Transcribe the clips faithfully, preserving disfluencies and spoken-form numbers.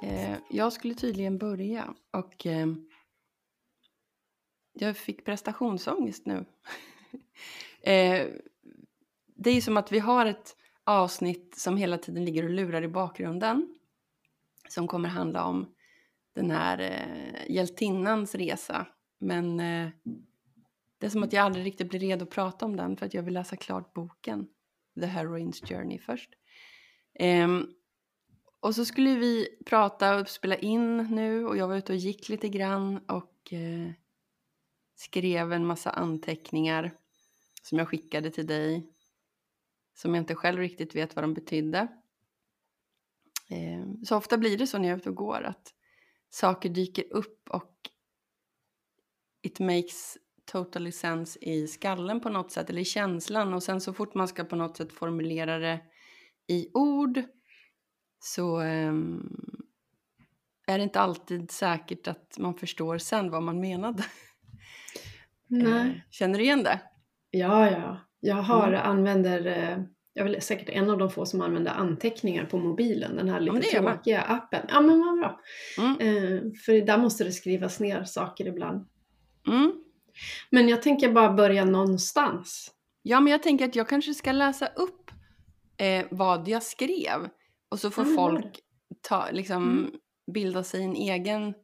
Eh, jag skulle tydligen börja och eh, jag fick prestationsångest nu. eh, det är ju som att vi har ett avsnitt som hela tiden ligger och lurar i bakgrunden. Som kommer handla om den här eh, hjältinnans resa. Men eh, det är som att jag aldrig riktigt blir redo att prata om den. För att jag vill läsa klart boken. The Heroine's Journey först. Eh, och så skulle vi prata och spela in nu. Och jag var ute och gick lite grann. Och eh, skrev en massa anteckningar. Som jag skickade till dig. Som jag inte själv riktigt vet vad de betydde. Eh, så ofta blir det så när jag är ute och går. Att saker dyker upp och it makes totally sense i skallen på något sätt. Eller i känslan. Och sen så fort man ska på något sätt formulera det i ord. Så um, är det inte alltid säkert att man förstår sen vad man menade. Nej. Känner du igen det? Ja, ja. Jag har, Mm. använder, jag är säkert en av de få som använder anteckningar på mobilen. Den här lite det är man. tråkiga appen. Ja, men vad bra. Mm. Eh, för där måste det skrivas ner saker ibland. Mm. Men jag tänker bara börja någonstans. Ja, men jag tänker att jag kanske ska läsa upp eh, vad jag skrev. Och så får Ja, men gör folk ta, liksom, Mm. bilda sig en egen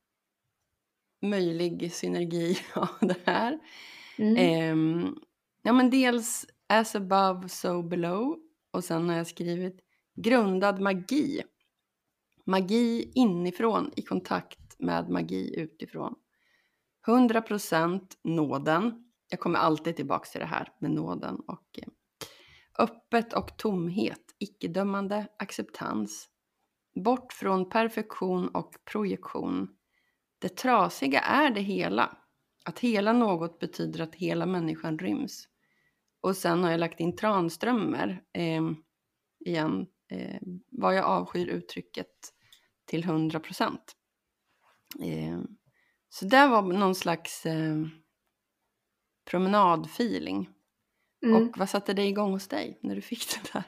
möjlig synergi av det här. Mm. Eh, ja, men dels as above, so below. Och sen har jag skrivit grundad magi. Magi inifrån i kontakt med magi utifrån. hundra procent nåden. Jag kommer alltid tillbaka till det här med nåden. Och eh, öppet och tomhet. Icke-dömande acceptans. Bort från perfektion och projektion. Det trasiga är det hela. Att hela något betyder att hela människan ryms. Och sen har jag lagt in Tranströmer. Eh, igen. Eh, vad jag avskyr uttrycket till hundra procent. Eh, så det var någon slags eh, promenadfeeling. Mm. Och vad satte det igång hos dig när du fick det där?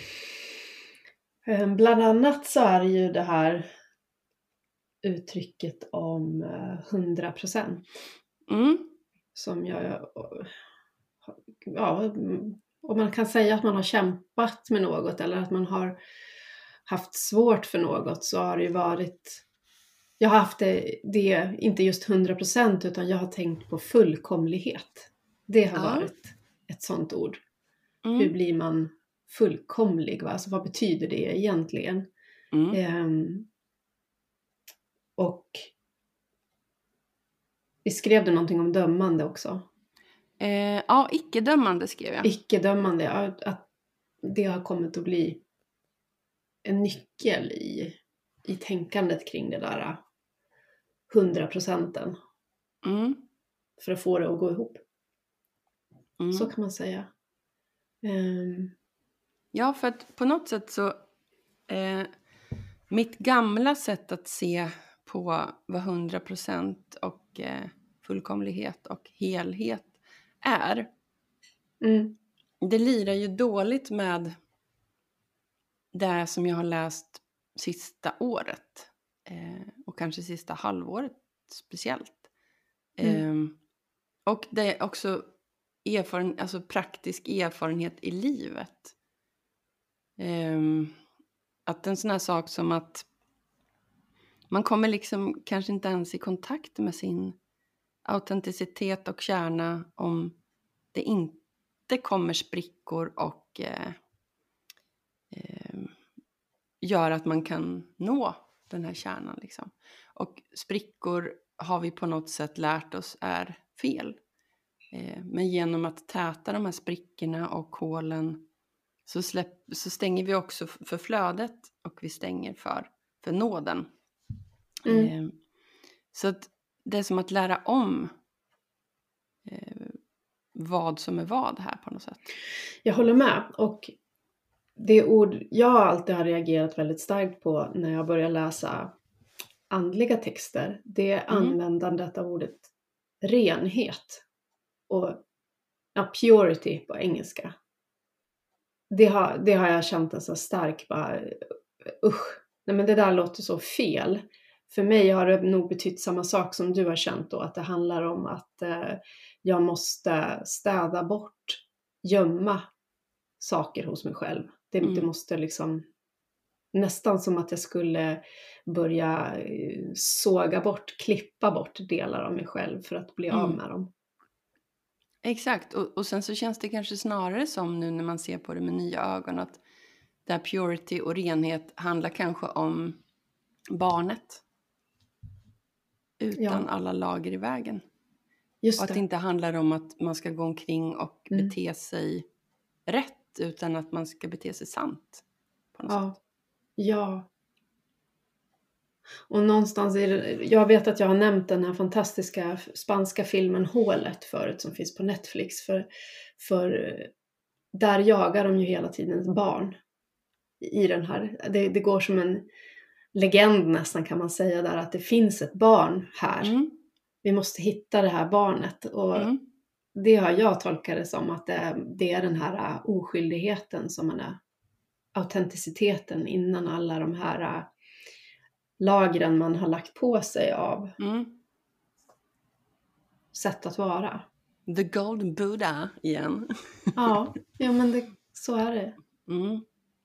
Eh, Bland annat så är det ju det här uttrycket om hundra procent. Mm. Som jag, ja, och man kan säga att man har kämpat med något eller att man har haft svårt för något, så har det ju varit, jag har haft det, det inte just hundra procent, utan jag har tänkt på fullkomlighet. Det har Ja. varit ett sånt ord. Mm. Hur blir man fullkomlig? Va? Alltså, vad betyder det egentligen? Mm. Ehm, och vi skrev det någonting om dömande också. Eh, ja, icke-dömande skrev jag. Icke-dömande, ja, att det har kommit att bli en nyckel i, i tänkandet kring det där hundra procenten. Mm. För att få det att gå ihop. Mm. Så kan man säga. Um, Ja, för att på något sätt så eh, mitt gamla sätt att se på vad hundra procent och eh, fullkomlighet och helhet är. mm, Det lirar ju dåligt med det som jag har läst sista året. Eh, och kanske sista halvåret speciellt. Mm. Eh, och det är också erfaren, alltså praktisk erfarenhet i livet. Eh, att en sån här sak som att man kommer liksom kanske inte ens i kontakt med sin autenticitet och kärna om det inte kommer sprickor och eh, eh, gör att man kan nå den här kärnan liksom. Och sprickor har vi på något sätt lärt oss är fel. Eh, men genom att täta de här sprickorna och hålen så, släpp, så stänger vi också för flödet och vi stänger för, för nåden. Mm. Eh, så att det är som att lära om eh, vad som är vad här på något sätt. Jag håller med. Och det ord jag alltid har reagerat väldigt starkt på när jag börjar läsa andliga texter, det är Mm. användandet av ordet renhet. Och ja, purity på engelska. Det har, det har jag känt en så stark bara, usch. nej men det där låter så fel. För mig har det nog betytt samma sak som du har känt då, att det handlar om att eh, jag måste städa bort, gömma saker hos mig själv. Det, Mm. det måste liksom, nästan som att jag skulle börja eh, såga bort, klippa bort delar av mig själv för att bli av Mm. med dem. Exakt, och, och sen så känns det kanske snarare som nu när man ser på det med nya ögon att där purity och renhet handlar kanske om barnet utan Ja. alla lager i vägen. Och Just att det det. inte handlar om att man ska gå omkring och Mm. bete sig rätt utan att man ska bete sig sant på något Ja. sätt. Ja. Och någonstans är det, jag vet att jag har nämnt den här fantastiska spanska filmen Hålet förut som finns på Netflix. För, för där jagar de ju hela tiden ett barn i den här. Det, det går som en legend nästan kan man säga där, att det finns ett barn här. Mm. Vi måste hitta det här barnet. Och Mm. det har jag tolkat det som att det, det är den här oskyldigheten som man är. Autenticiteten innan alla de här lagren man har lagt på sig av Mm. sätt att vara. The Golden Buddha igen. Ja, ja men det, så är det. Mm.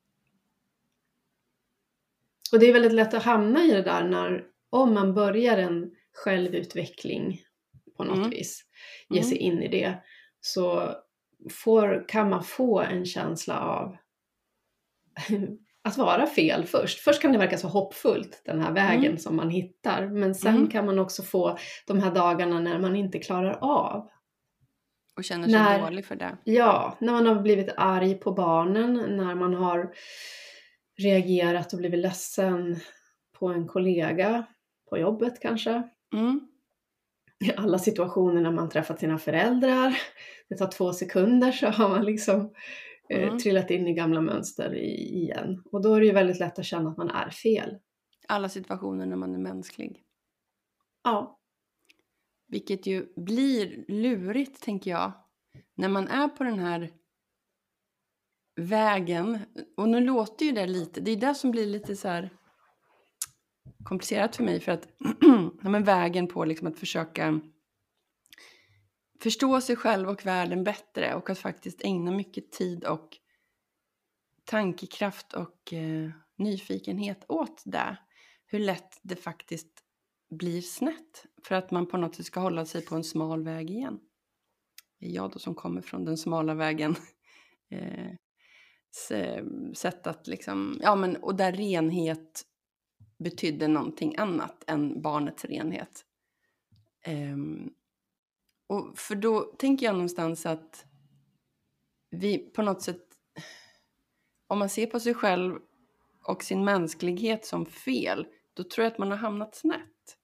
Och det är väldigt lätt att hamna i det där när, om man börjar en självutveckling på något Mm. vis, ge sig Mm. in i det, så får, kan man få en känsla av att vara fel först. Först kan det verka så hoppfullt, den här vägen Mm. som man hittar. Men sen Mm. kan man också få de här dagarna när man inte klarar av. Och känner sig När- dålig för det. Ja, när man har blivit arg på barnen, när man har reagerat och blivit ledsen på en kollega på jobbet kanske. Mm. I alla situationer när man träffat sina föräldrar. Det tar två sekunder så har man liksom eh, Mm. trillat in i gamla mönster i, igen. Och då är det ju väldigt lätt att känna att man är fel. Alla situationer när man är mänsklig. Ja. Vilket ju blir lurigt, tänker jag. När man är på den här vägen. Och nu låter ju det lite. Det är det som blir lite så här komplicerat för mig. För att ja, men vägen på liksom att försöka förstå sig själv och världen bättre. Och att faktiskt ägna mycket tid och tankekraft och eh, nyfikenhet åt det. Hur lätt det faktiskt blir snett. För att man på något sätt ska hålla sig på en smal väg igen. Det är jag då som kommer från den smala vägen. Eh, sätt att liksom, ja men, och där renhet betydde någonting annat än barnets renhet. Um, och för då tänker jag någonstans att vi på något sätt, om man ser på sig själv och sin mänsklighet som fel, då tror jag att man har hamnat snett.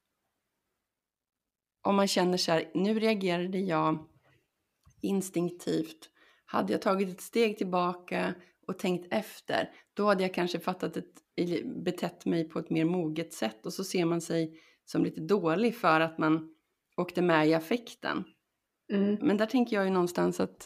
Om man känner så här, nu reagerade jag instinktivt. Hade jag tagit ett steg tillbaka och tänkt efter, då hade jag kanske fattat ett, betett mig på ett mer moget sätt. Och så ser man sig som lite dålig för att man åkte med i affekten. Mm. Men där tänker jag ju någonstans att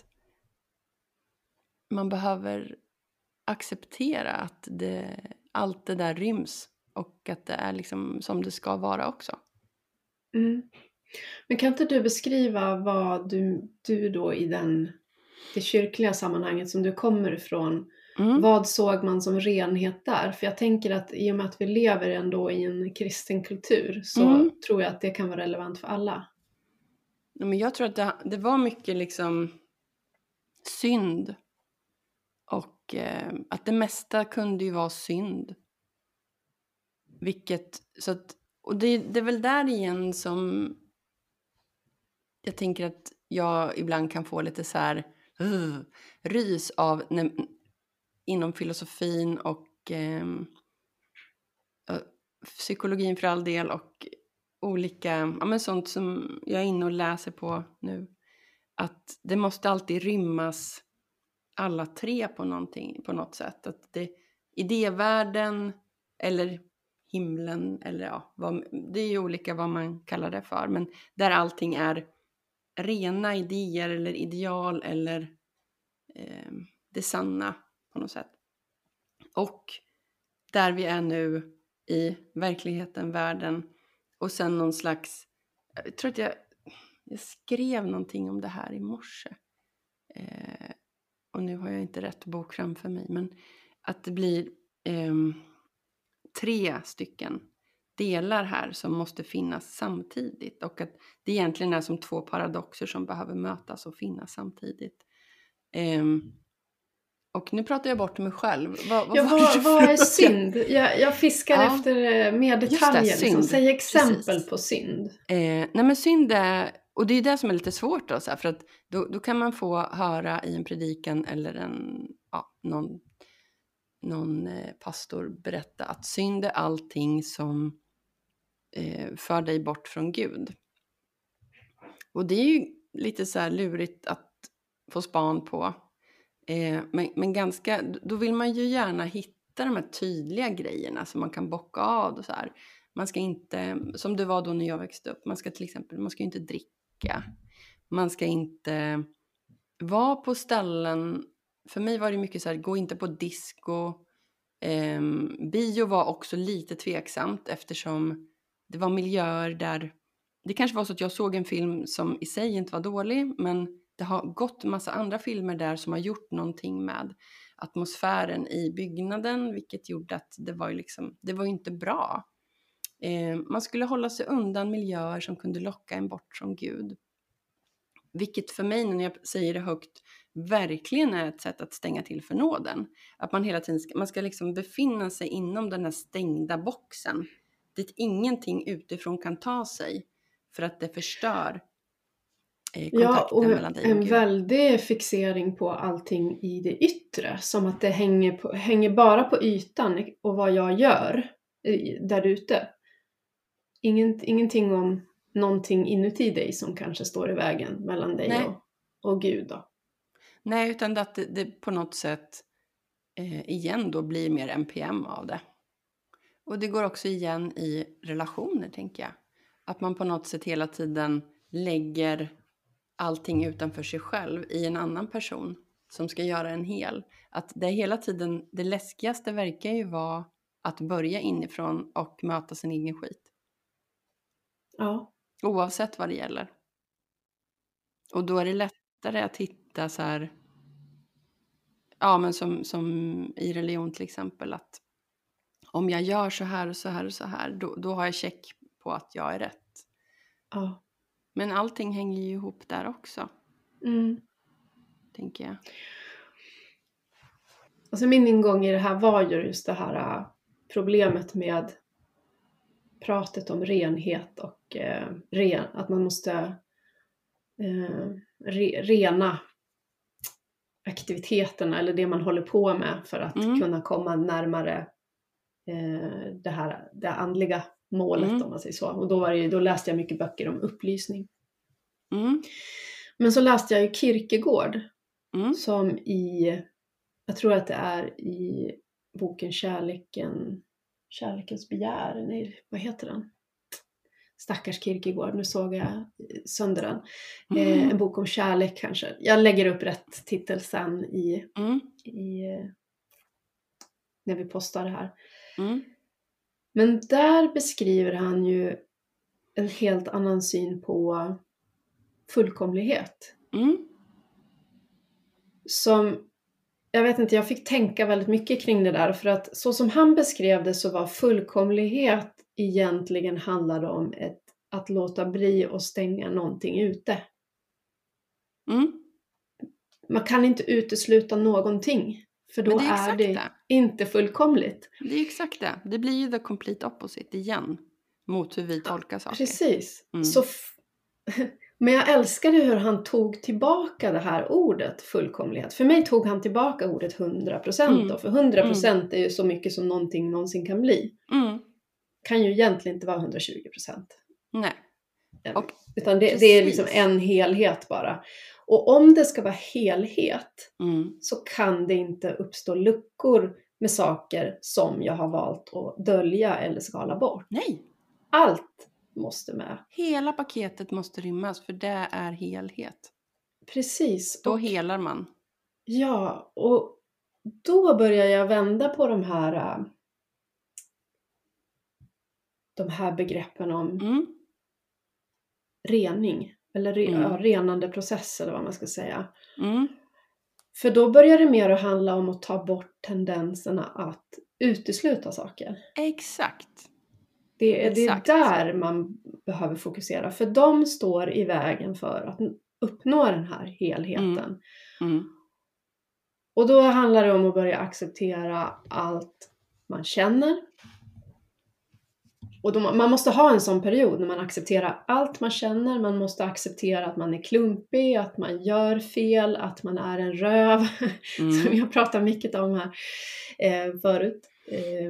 man behöver acceptera att det, allt det där ryms. Och att det är liksom som det ska vara också. Mm. Men kan inte du beskriva vad du, du då i den, det kyrkliga sammanhanget som du kommer ifrån, Mm. vad såg man som renhet där? För jag tänker att i och med att vi lever ändå i en kristen kultur så Mm. tror jag att det kan vara relevant för alla. Ja, men jag tror att det, det var mycket liksom synd. Och eh, att det mesta kunde ju vara synd. Vilket, så att, och det, det är väl där igen som jag tänker att jag ibland kan få lite så här uh, rys av när, inom filosofin och eh, psykologin för all del och olika, ja men sånt som jag är inne och läser på nu. Att det måste alltid rymmas alla tre på någonting, på något sätt. Att det, idévärlden eller himlen eller ja, vad, det är ju olika vad man kallar det för. Men där allting är rena idéer eller ideal eller eh, det sanna på något sätt. Och där vi är nu i verkligheten, världen. Och sen någon slags, jag tror att jag, jag skrev någonting om det här i morse. Eh, och nu har jag inte rätt bok framför mig. Men att det blir eh, tre stycken delar här som måste finnas samtidigt. Och att det egentligen är som två paradoxer som behöver mötas och finnas samtidigt. Eh, och nu pratar jag bort mig själv. Vad, vad, ja, vad, vad är synd? Jag, jag fiskar ja. efter mer detaljer. Det, liksom. Säg exempel Precis. på synd. Eh, nej men synd är, och det är det som är lite svårt då, så här, för att då, då kan man få höra i en predikan eller en, ja, någon, någon eh, pastor berätta att synd är allting som eh, för dig bort från Gud. Och det är ju lite så här lurigt att få span på. Eh, men, men ganska, då vill man ju gärna hitta de här tydliga grejerna som man kan bocka av och så här. Man ska inte, som det var då när jag växte upp, man ska till exempel, man ska inte dricka. Man ska inte vara på ställen, för mig var det mycket så här, gå inte på disco. Eh, bio var också lite tveksamt eftersom det var miljöer där, det kanske var så att jag såg en film som i sig inte var dålig, men det har gått en massa andra filmer där som har gjort någonting med atmosfären i byggnaden, vilket gjorde att det var ju liksom, det var ju inte bra. Eh, man skulle hålla sig undan miljöer som kunde locka en bort från Gud. Vilket för mig, när jag säger det högt, verkligen är ett sätt att stänga till för nåden. Att man hela tiden ska, man ska liksom befinna sig inom den här stängda boxen, dit ingenting utifrån kan ta sig, för att det förstör eh, kontakten Ja, och mellan dig och en Gud. väldig fixering på allting i det yttre. Som att det hänger, på, hänger bara på ytan och vad jag gör där ute. Inget, ingenting om någonting inuti dig som kanske står i vägen mellan dig och, och Gud då. Nej, utan att det, det på något sätt eh, igen då blir mer N P M av det. Och det går också igen i relationer, tänker jag. Att man på något sätt hela tiden lägger allting utanför sig själv i en annan person som ska göra en hel. Att det hela tiden, det läskigaste verkar ju vara att börja inifrån och möta sin egen skit. Ja. Oavsett vad det gäller. Och då är det lättare att hitta så här, ja men som, som i religion till exempel, att om jag gör så här och så här och så här, då, då har jag check på att jag är rätt. Ja. Men allting hänger ju ihop där också. Mm. Tänker jag. Alltså min ingång i det här var ju just det här problemet med pratet om renhet och eh, ren, att man måste eh, re, rena aktiviteterna eller det man håller på med för att mm. kunna komma närmare eh, det här det andliga målet mm. om man säger så. Och då, var det, då läste jag mycket böcker om upplysning. Mm. Men så läste jag ju Kierkegaard mm. som i, jag tror att det är i boken Kärleken, Kärlekens begär, nej vad heter den? Stackars Kierkegaard, nu såg jag sönder den. Mm. Eh, en bok om kärlek kanske. Jag lägger upp rätt titel sen i, mm. i när vi postar det här. Mm. Men där beskriver han ju en helt annan syn på fullkomlighet. Mm. Som, jag vet inte, jag fick tänka väldigt mycket kring det där. För att så som han beskrev det så var fullkomlighet egentligen handlade om ett, att låta bli och stänga någonting ute. Mm. Man kan inte utesluta någonting. För då det är, är det, det inte fullkomligt. Det är exakt det. Det blir ju the complete opposite igen. Mot hur vi tolkar saker. Precis. Mm. Så f- Men jag älskade hur han tog tillbaka det här ordet fullkomlighet. För mig tog han tillbaka ordet hundra procent. Mm. Då, för hundra procent mm. är ju så mycket som någonting någonsin kan bli. Mm. Kan ju egentligen inte vara hundratjugo procent. Nej. Och, Utan det, det är liksom en helhet bara. Och om det ska vara helhet mm. så kan det inte uppstå luckor med saker som jag har valt att dölja eller skala bort. Nej. Allt måste med. Hela paketet måste rymmas, för det är helhet. Precis. Då och, helar man. Ja, och då börjar jag vända på de här de här begreppen om Mm. rening. Eller re, Mm. ja, renande process eller vad man ska säga. Mm. För då börjar det mer att handla om att ta bort tendenserna att utesluta saker. Exakt. Det är, det är Exakt. där man behöver fokusera. För de står i vägen för att uppnå den här helheten. Mm. Mm. Och då handlar det om att börja acceptera allt man känner. Och då, man måste ha en sån period när man accepterar allt man känner. Man måste acceptera att man är klumpig, att man gör fel, att man är en röv. Mm. Som jag pratar mycket om här eh, förut. Eh,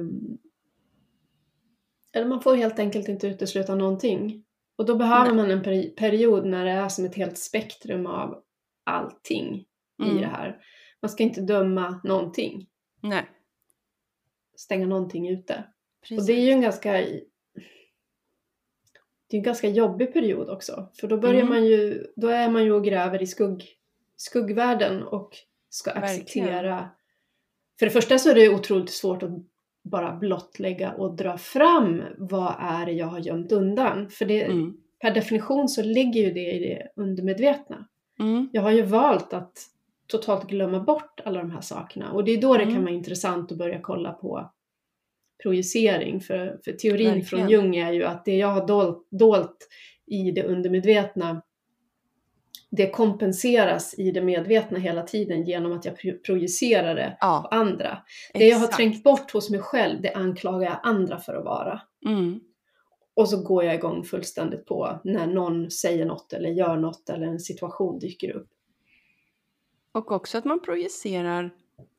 eller man får helt enkelt inte utesluta någonting. Och då behöver Nej. man en peri- period när det är som ett helt spektrum av allting Mm. i det här. Man ska inte döma någonting. Nej. Stänga någonting ute. Precis. Och det är ju en ganska det är en ganska jobbig period också. För då börjar Mm. man ju, då är man ju och gräver i skugg, skuggvärlden och ska acceptera. Verkligen. För det första så är det otroligt svårt att bara blottlägga och dra fram vad är det jag har gömt undan. För det, Mm. per definition så ligger ju det i det undermedvetna. Mm. Jag har ju valt att totalt glömma bort alla de här sakerna. Och det är då det Mm. kan vara intressant att börja kolla på projicering. För, för teorin Verkligen. från Jung är ju att det jag har dolt, dolt i det undermedvetna, det kompenseras i det medvetna hela tiden genom att jag pro- projicerar det Ja. på andra. Det jag har Exakt. trängt bort hos mig själv, det anklagar jag andra för att vara. Mm. Och så går jag igång fullständigt på när någon säger något eller gör något eller en situation dyker upp. Och också att man projicerar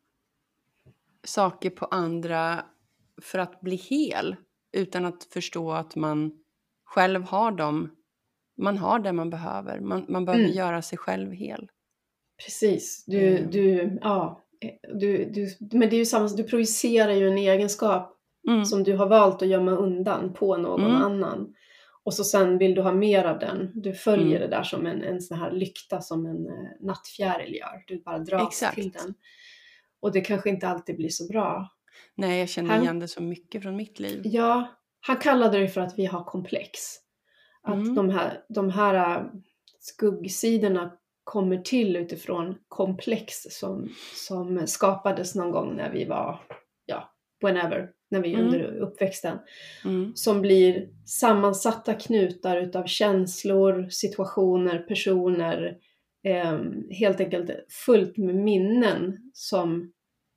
saker på andra för att bli hel. Utan att förstå att man själv har dem. Man har det man behöver. Man, man behöver Mm. göra sig själv hel. Precis, du, Mm. du, ja, du, du, men det är ju samma, du projicerar ju en egenskap Mm. som du har valt att gömma undan på någon Mm. annan. Och så sen vill du ha mer av den. Du följer Mm. det där som en, en sån här lykta som en eh, nattfjäril gör. Du bara dras Exakt. till den. Och det kanske inte alltid blir så bra. Nej, jag känner Han- igen det så mycket från mitt liv. Ja, han kallade det för att vi har komplex. Att Mm. de här, de här äh, skuggsidorna kommer till utifrån komplex som, som skapades någon gång när vi var, ja, whenever, när vi Mm. under uppväxten. Mm. Som blir sammansatta knutar utav känslor, situationer, personer. Eh, helt enkelt fullt med minnen som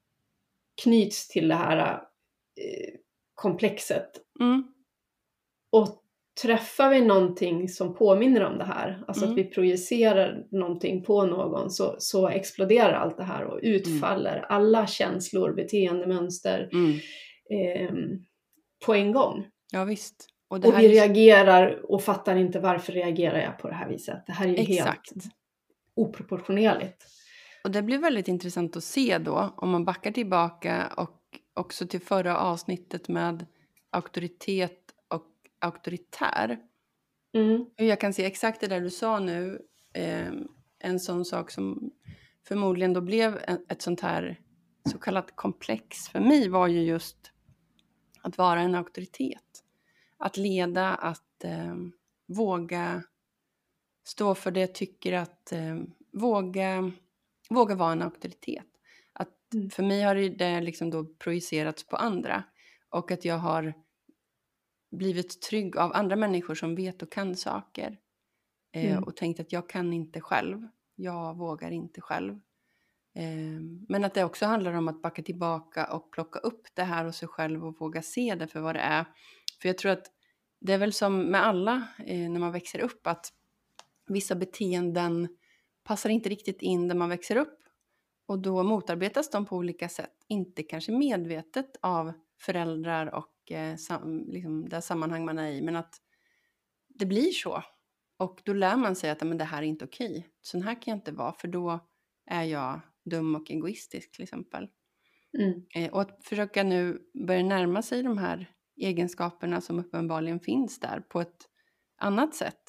knyts till det här eh, komplexet. Mm. Och träffar vi någonting som påminner om det här, alltså Mm. att vi projicerar någonting på någon, så, så exploderar allt det här och utfaller mm. alla känslor, beteendemönster Mm. eh, på en gång. Ja, visst. Och, det Och här vi är... reagerar och fattar inte varför reagerar jag på det här viset. Det här är ju Exakt. helt oproportionerligt. Och det blir väldigt intressant att se då, om man backar tillbaka och också till förra avsnittet med auktoritet och auktoritär. Mm. Hur jag kan se exakt det där du sa nu, eh, en sån sak som förmodligen då blev ett sånt här så kallat komplex för mig var ju just att vara en auktoritet. Att leda, att eh, våga stå för det jag tycker, att eh, våga, våga vara en auktoritet. Att Mm. för mig har det liksom då projicerats på andra. Och att jag har blivit trygg av andra människor som vet och kan saker. Eh, Mm. och tänkt att jag kan inte själv. Jag vågar inte själv. Eh, men att det också handlar om att backa tillbaka och plocka upp det här hos sig själv och våga se det för vad det är. För jag tror att det är väl som med alla eh, när man växer upp, att vissa beteenden passar inte riktigt in där man växer upp. Och då motarbetas de på olika sätt. Inte kanske medvetet av föräldrar och eh, sam, liksom det sammanhang man är i. Men att det blir så. Och då lär man sig att men det här är inte okej. Så här kan jag inte vara, för då är jag dum och egoistisk till exempel. Mm. Eh, och att försöka nu börja närma sig de här egenskaperna som uppenbarligen finns där på ett annat sätt.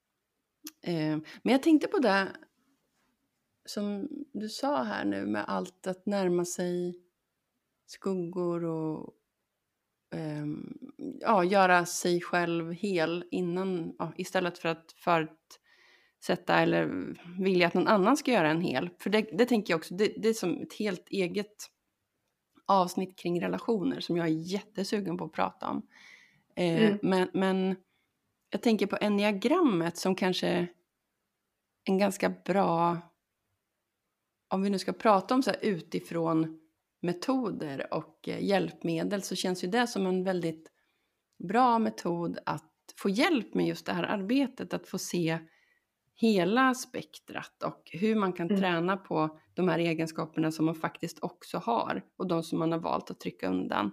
Eh, men jag tänkte på det som du sa här nu med allt att närma sig skuggor och um, ja, göra sig själv hel innan, ja, istället för att förutsätta eller vilja att någon annan ska göra en hel. För det, det tänker jag också, det, det är som ett helt eget avsnitt kring relationer som jag är jättesugen på att prata om. Eh, Mm. men, men jag tänker på enneagrammet som kanske en ganska bra, om vi nu ska prata om så här utifrån metoder och eh, hjälpmedel, så känns ju det som en väldigt bra metod att få hjälp med just det här arbetet, att få se hela spektrat och hur man kan Mm. träna på de här egenskaperna som man faktiskt också har och de som man har valt att trycka undan.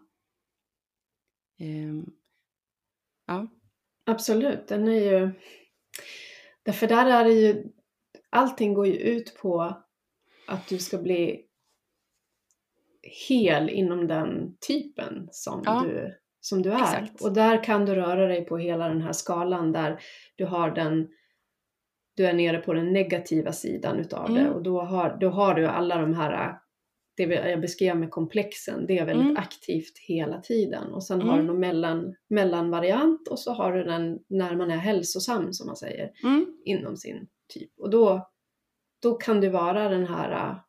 Um, ja. Absolut, den är ju, därför där är det ju, allting går ju ut på att du ska bli hel inom den typen som, Ja, du, som du är. exakt. Och där kan du röra dig på hela den här skalan där du har den, du är nere på den negativa sidan utav Mm. det. Och då har, då har du alla de här, det jag beskrev med komplexen, det är väldigt Mm. aktivt hela tiden. Och sen Mm. har du någon mellan, mellanvariant och så har du den när man är hälsosam, som man säger, Mm. inom sin typ. Och då, då kan du vara den här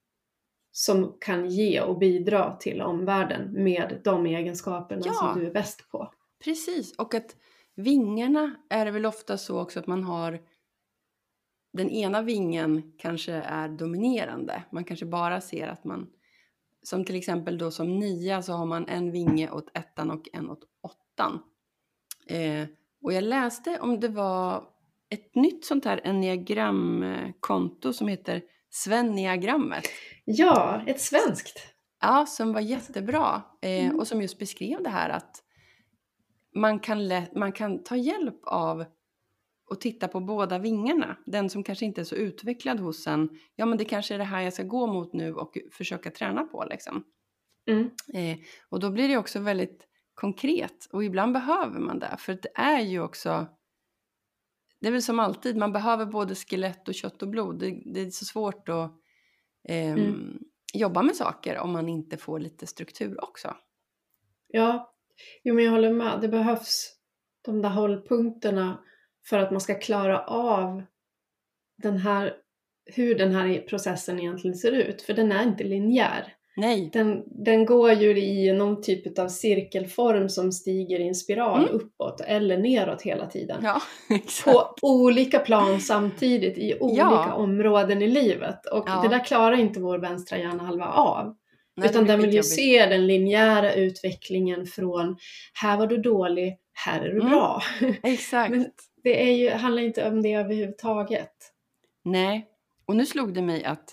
som kan ge och bidra till omvärlden med de egenskaperna Ja. som du är bäst på. Precis, och att vingarna är det väl ofta så också att man har, den ena vingen kanske är dominerande. Man kanske bara ser att man, som till exempel då som nia så har man en vinge åt ettan och en åt åttan. Eh, och jag läste om det var ett nytt sånt här enneagramkonto som heter Svenniagrammet. Ja, ett svenskt. Ja, som var jättebra. Eh, Mm. och som just beskrev det här att man kan, lä- man kan ta hjälp av och titta på båda vingarna. Den som kanske inte är så utvecklad hos en. Ja, men det kanske är det här jag ska gå mot nu och försöka träna på liksom. Mm. Eh, och då blir det också väldigt konkret. Och ibland behöver man det. För det är ju också, det är väl som alltid, man behöver både skelett och kött och blod. Det, det är så svårt att eh, Mm. jobba med saker om man inte får lite struktur också. Ja, jo, men jag håller med. Det behövs de där hållpunkterna för att man ska klara av den här, hur den här processen egentligen ser ut. För den är inte linjär. Nej. Den, den går ju i någon typ av cirkelform som stiger i en spiral Mm. uppåt eller neråt hela tiden. Ja, exakt. På olika plan samtidigt i olika Ja. områden i livet. Och Ja. det där klarar inte vår vänstra hjärnhalva av. Nej, det Utan blir den vill ju skitjobbigt. se den linjära utvecklingen från här var du dålig, här är du Mm. bra. Exakt. Men det är ju, handlar inte om det överhuvudtaget. Nej, och nu slog det mig att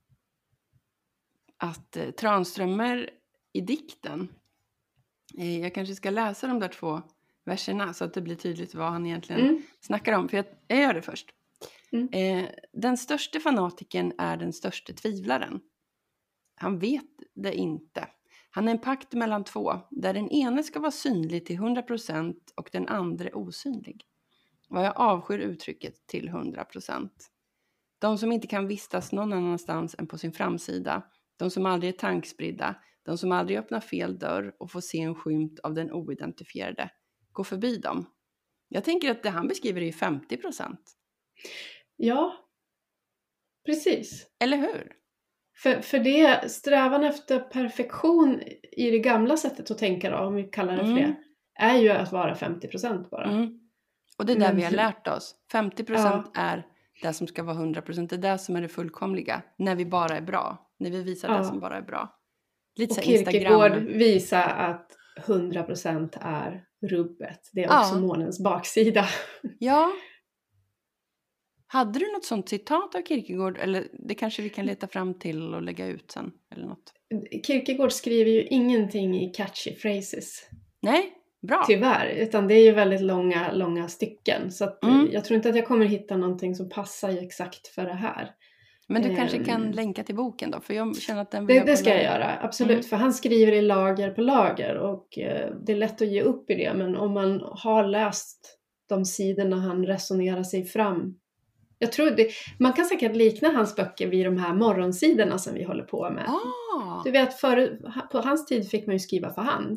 att eh, Tranströmer i dikten, eh, jag kanske ska läsa de där två verserna så att det blir tydligt vad han egentligen Mm. snackar om, för jag, jag gör det först. Mm. Eh, den största fanatiken är den största tvivlaren. Han vet det inte. Han är en pakt mellan två, där den ene ska vara synlig till hundra procent och den andra osynlig. Vad jag avskyr uttrycket till hundra procent. De som inte kan vistas någon annanstans än på sin framsida. De som aldrig är tankspridda. De som aldrig öppnar fel dörr och får se en skymt av den oidentifierade. Gå förbi dem. Jag tänker att det han beskriver är ju femtio procent. Ja, precis. Eller hur? För, för det, strävan efter perfektion i det gamla sättet att tänka då, om vi kallar det för Mm. det, är ju att vara femtio procent bara. Mm. Och det är där Men- vi har lärt oss. femtio procent är det som ska vara hundra procent. Det är det som är det fullkomliga. När vi bara är bra. När vi visar Ja. det som bara är bra. Lite Och så här Kierkegaard Instagram. visar att hundra procent är rubbet. Det är Ja. också månens baksida. Ja. Hade du något sånt citat av Kierkegaard? Eller det kanske vi kan leta fram till och lägga ut sen. Eller något. Kierkegaard skriver ju ingenting i catchy phrases. Nej, bra. Tyvärr. Utan det är ju väldigt långa, långa stycken. Så att Mm. jag tror inte att jag kommer hitta någonting som passar ju exakt för det här. Men du kanske Ehm. kan länka till boken då? För jag känner att den vill Det, jag det ska kolla. jag göra, absolut. Mm. För han skriver i lager på lager. Och eh, det är lätt att ge upp i det. Men om man har läst de sidorna han resonerar sig fram. Jag tror det, man kan säkert likna hans böcker vid de här morgonsidorna som vi håller på med. Ah. Du vet, för, på hans tid fick man ju skriva för hand.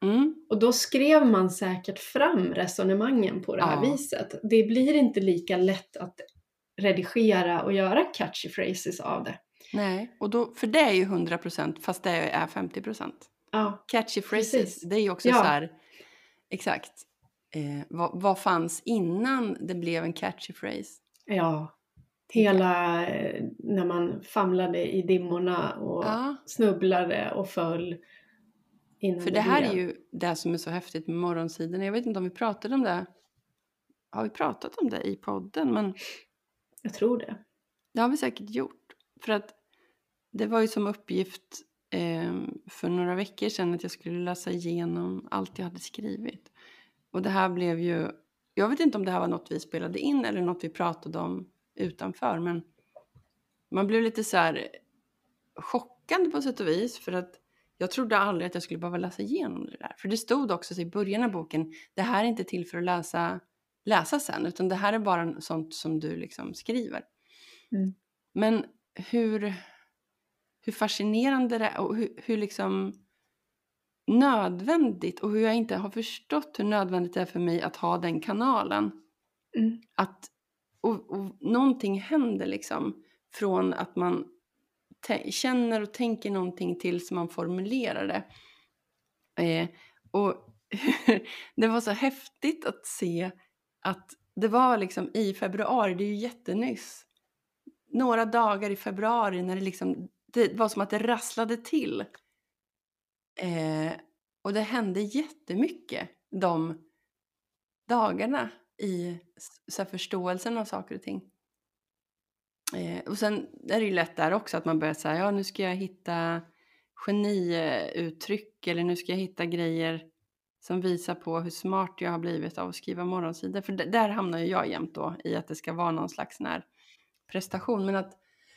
Mm. Och då skrev man säkert fram resonemangen på det här Ja. viset. Det blir inte lika lätt att redigera och göra catchy phrases av det. Nej, och då, för det är ju hundra procent fast det är femtio procent. Ja, Catchy phrases, precis. det är ju också Ja. så här, exakt. Eh, vad, vad fanns innan det blev en catchy phrase? Ja, hela eh, när man famlade i dimmorna och Ja. snubblade och föll. Innan För det här blev. är ju det som är så häftigt med morgonsidorna. Jag vet inte om vi pratade om det. Har vi pratat om det i podden? Men Jag tror det. det har vi säkert gjort. För att det var ju som uppgift eh, för några veckor sedan att jag skulle läsa igenom allt jag hade skrivit. Och det här blev ju, jag vet inte om det här var något vi spelade in eller något vi pratade om utanför. Men man blev lite så här chockad på sätt och vis. För att jag trodde aldrig att jag skulle behöva läsa igenom det där. För det stod också i början av boken, det här är inte till för att läsa, läsa sen. Utan det här är bara sånt som du liksom skriver. Mm. Men hur, hur fascinerande det är och hur, hur liksom nödvändigt och hur jag inte har förstått hur nödvändigt det är för mig att ha den kanalen. Mm. Att, och, och någonting händer liksom från att man te- känner och tänker någonting tills man formulerar det. Eh, och det var så häftigt att se att det var liksom i februari, det är ju jättenyss. Några dagar i februari när det liksom, det var som att det rasslade till. Eh, och det hände jättemycket de dagarna i så här, förståelsen av saker och ting. Eh, och sen är det ju lätt där också att man börjar säga, ja nu ska jag hitta geniuttryck eller nu ska jag hitta grejer som visar på hur smart jag har blivit av att skriva morgonsidor. För d- där hamnar ju jag jämt då i att det ska vara någon slags när prestation. Men att,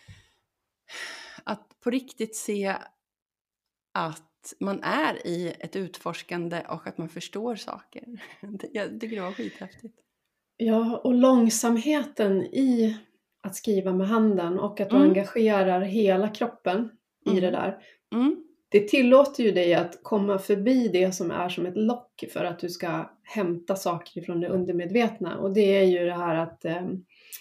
att på riktigt se att man är i ett utforskande och att man förstår saker. Jag tycker det var skithäftigt. Ja, och långsamheten i att skriva med handen och att du Mm. engagerar hela kroppen i Mm. det där. Mm. Det tillåter ju dig att komma förbi det som är som ett lock för att du ska hämta saker från det undermedvetna. Och det är ju det här att eh,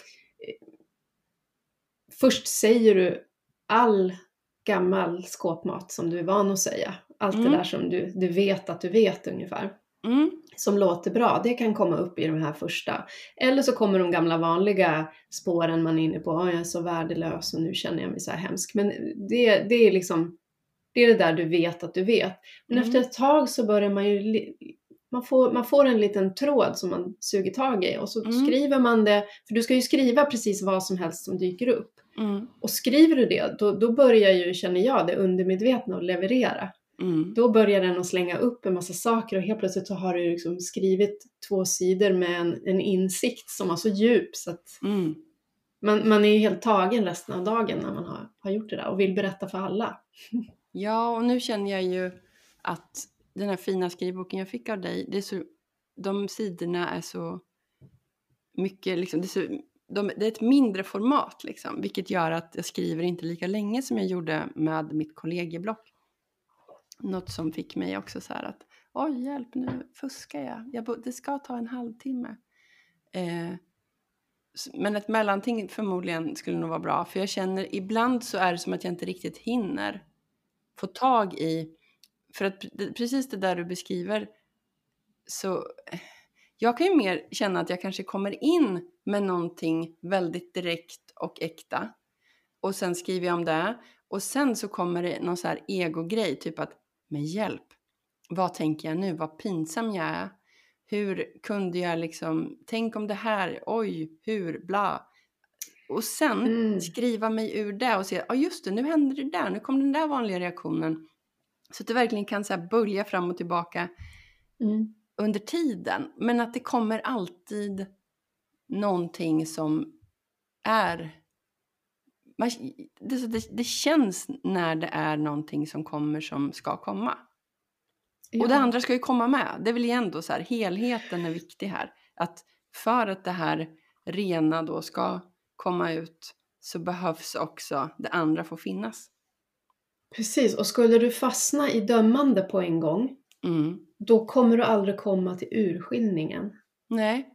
först säger du all gammal skåpmat som du är van att säga. Allt Mm. det där som du, du vet att du vet ungefär. Mm. Som låter bra, det kan komma upp i de här första. Eller så kommer de gamla vanliga spåren man är inne på. Oh, jag är så värdelös och nu känner jag mig så här hemsk. Men det, det är liksom, det är det där du vet att du vet. Men Mm. efter ett tag så börjar man ju, man får, man får en liten tråd som man suger tag i. Och så Mm. skriver man det, för du ska ju skriva precis vad som helst som dyker upp. Mm. Och skriver du det, då, då börjar ju, känner jag, det undermedvetna att leverera. Mm. Då börjar den att slänga upp en massa saker och helt plötsligt så har du liksom skrivit två sidor med en, en insikt som var så djup så att Mm. man, man är ju helt tagen resten av dagen när man har, har gjort det där och vill berätta för alla. Ja, och nu känner jag ju att den här fina skrivboken jag fick av dig, det är så, de sidorna är så mycket, liksom, det, är så, de, det är ett mindre format, liksom, vilket gör att jag skriver inte lika länge som jag gjorde med mitt kollegieblock. Något som fick mig också så här att, oj hjälp, nu fuskar jag. jag bo, det ska ta en halvtimme. Eh, men ett mellanting förmodligen skulle nog vara bra. För jag känner, ibland så är det som att jag inte riktigt hinner få tag i. För att precis det där du beskriver, så jag kan ju mer känna att jag kanske kommer in med någonting väldigt direkt och äkta. Och sen skriver jag om det. Och sen så kommer det någon så här ego-grej, typ att, med hjälp, vad tänker jag nu? Vad pinsam jag är. Hur kunde jag liksom, tänk om det här, oj, hur, bla. Och sen Mm. skriva mig ur det och se, ja just det, nu händer det där, nu kom den där vanliga reaktionen. Så att det verkligen kan så här bölja fram och tillbaka Mm. under tiden. Men att det kommer alltid någonting som är, man, det, det, det känns när det är någonting som kommer som ska komma. Ja. Och det andra ska ju komma med. Det är väl ändå så här, helheten är viktig här. Att för att det här rena då ska komma ut så behövs också det andra få finnas. Precis, och skulle du fastna i dömande på en gång Mm. Då kommer du aldrig komma till urskiljningen. Nej.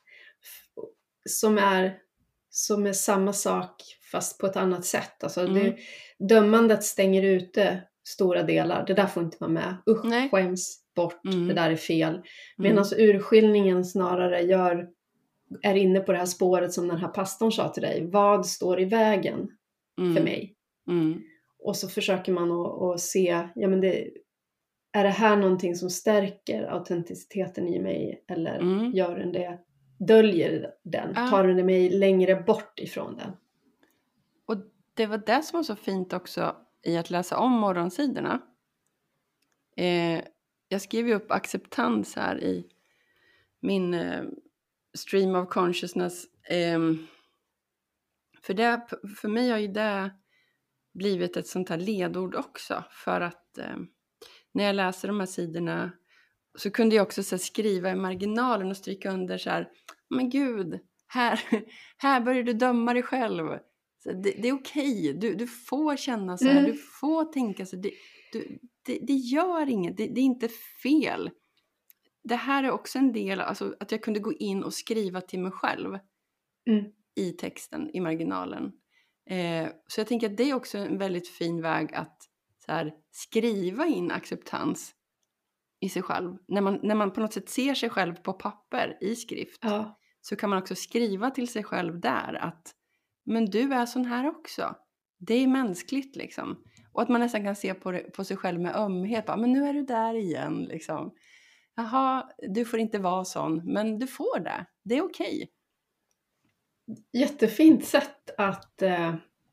Som är, som är samma sak fast på ett annat sätt. Alltså Mm. det, dömandet stänger ute stora delar. Det där får inte vara med. Usch, Nej. skäms bort. Mm. Det där är fel. Mm. Medan urskiljningen snarare gör, är inne på det här spåret som den här pastorn sa till dig. Vad står i vägen Mm. för mig? Mm. Och så försöker man att, att se, ja men det, är det här någonting som stärker autenticiteten i mig? Eller Mm. gör den det, döljer den? Ja. Tar den mig längre bort ifrån den? Och det var det som var så fint också i att läsa om morgonsidorna. Eh, jag skrev ju upp acceptans här i min eh, stream of consciousness. Eh, för, det, för mig har ju det blivit ett sånt här ledord också. För att eh, när jag läser de här sidorna så kunde jag också så här, skriva i marginalen och stryka under så här. Men gud, här, här börjar du döma dig själv. Så det, det är okej, du, du får känna så här, Mm. du får tänka så. Det, du, det, det gör inget, det, det är inte fel. Det här är också en del, alltså att jag kunde gå in och skriva till mig själv Mm. i texten, i marginalen. Eh, så jag tänker att det är också en väldigt fin väg att så här, skriva in acceptans i sig själv. När man, när man på något sätt ser sig själv på papper i skrift. Ja. Så kan man också skriva till sig själv där att men du är sån här också. Det är mänskligt liksom. Och att man nästan kan se på, det, på sig själv med ömhet. Bara, men nu är du där igen liksom. Jaha, du får inte vara sån. Men du får det. Det är okej. Jättefint sätt att, eh,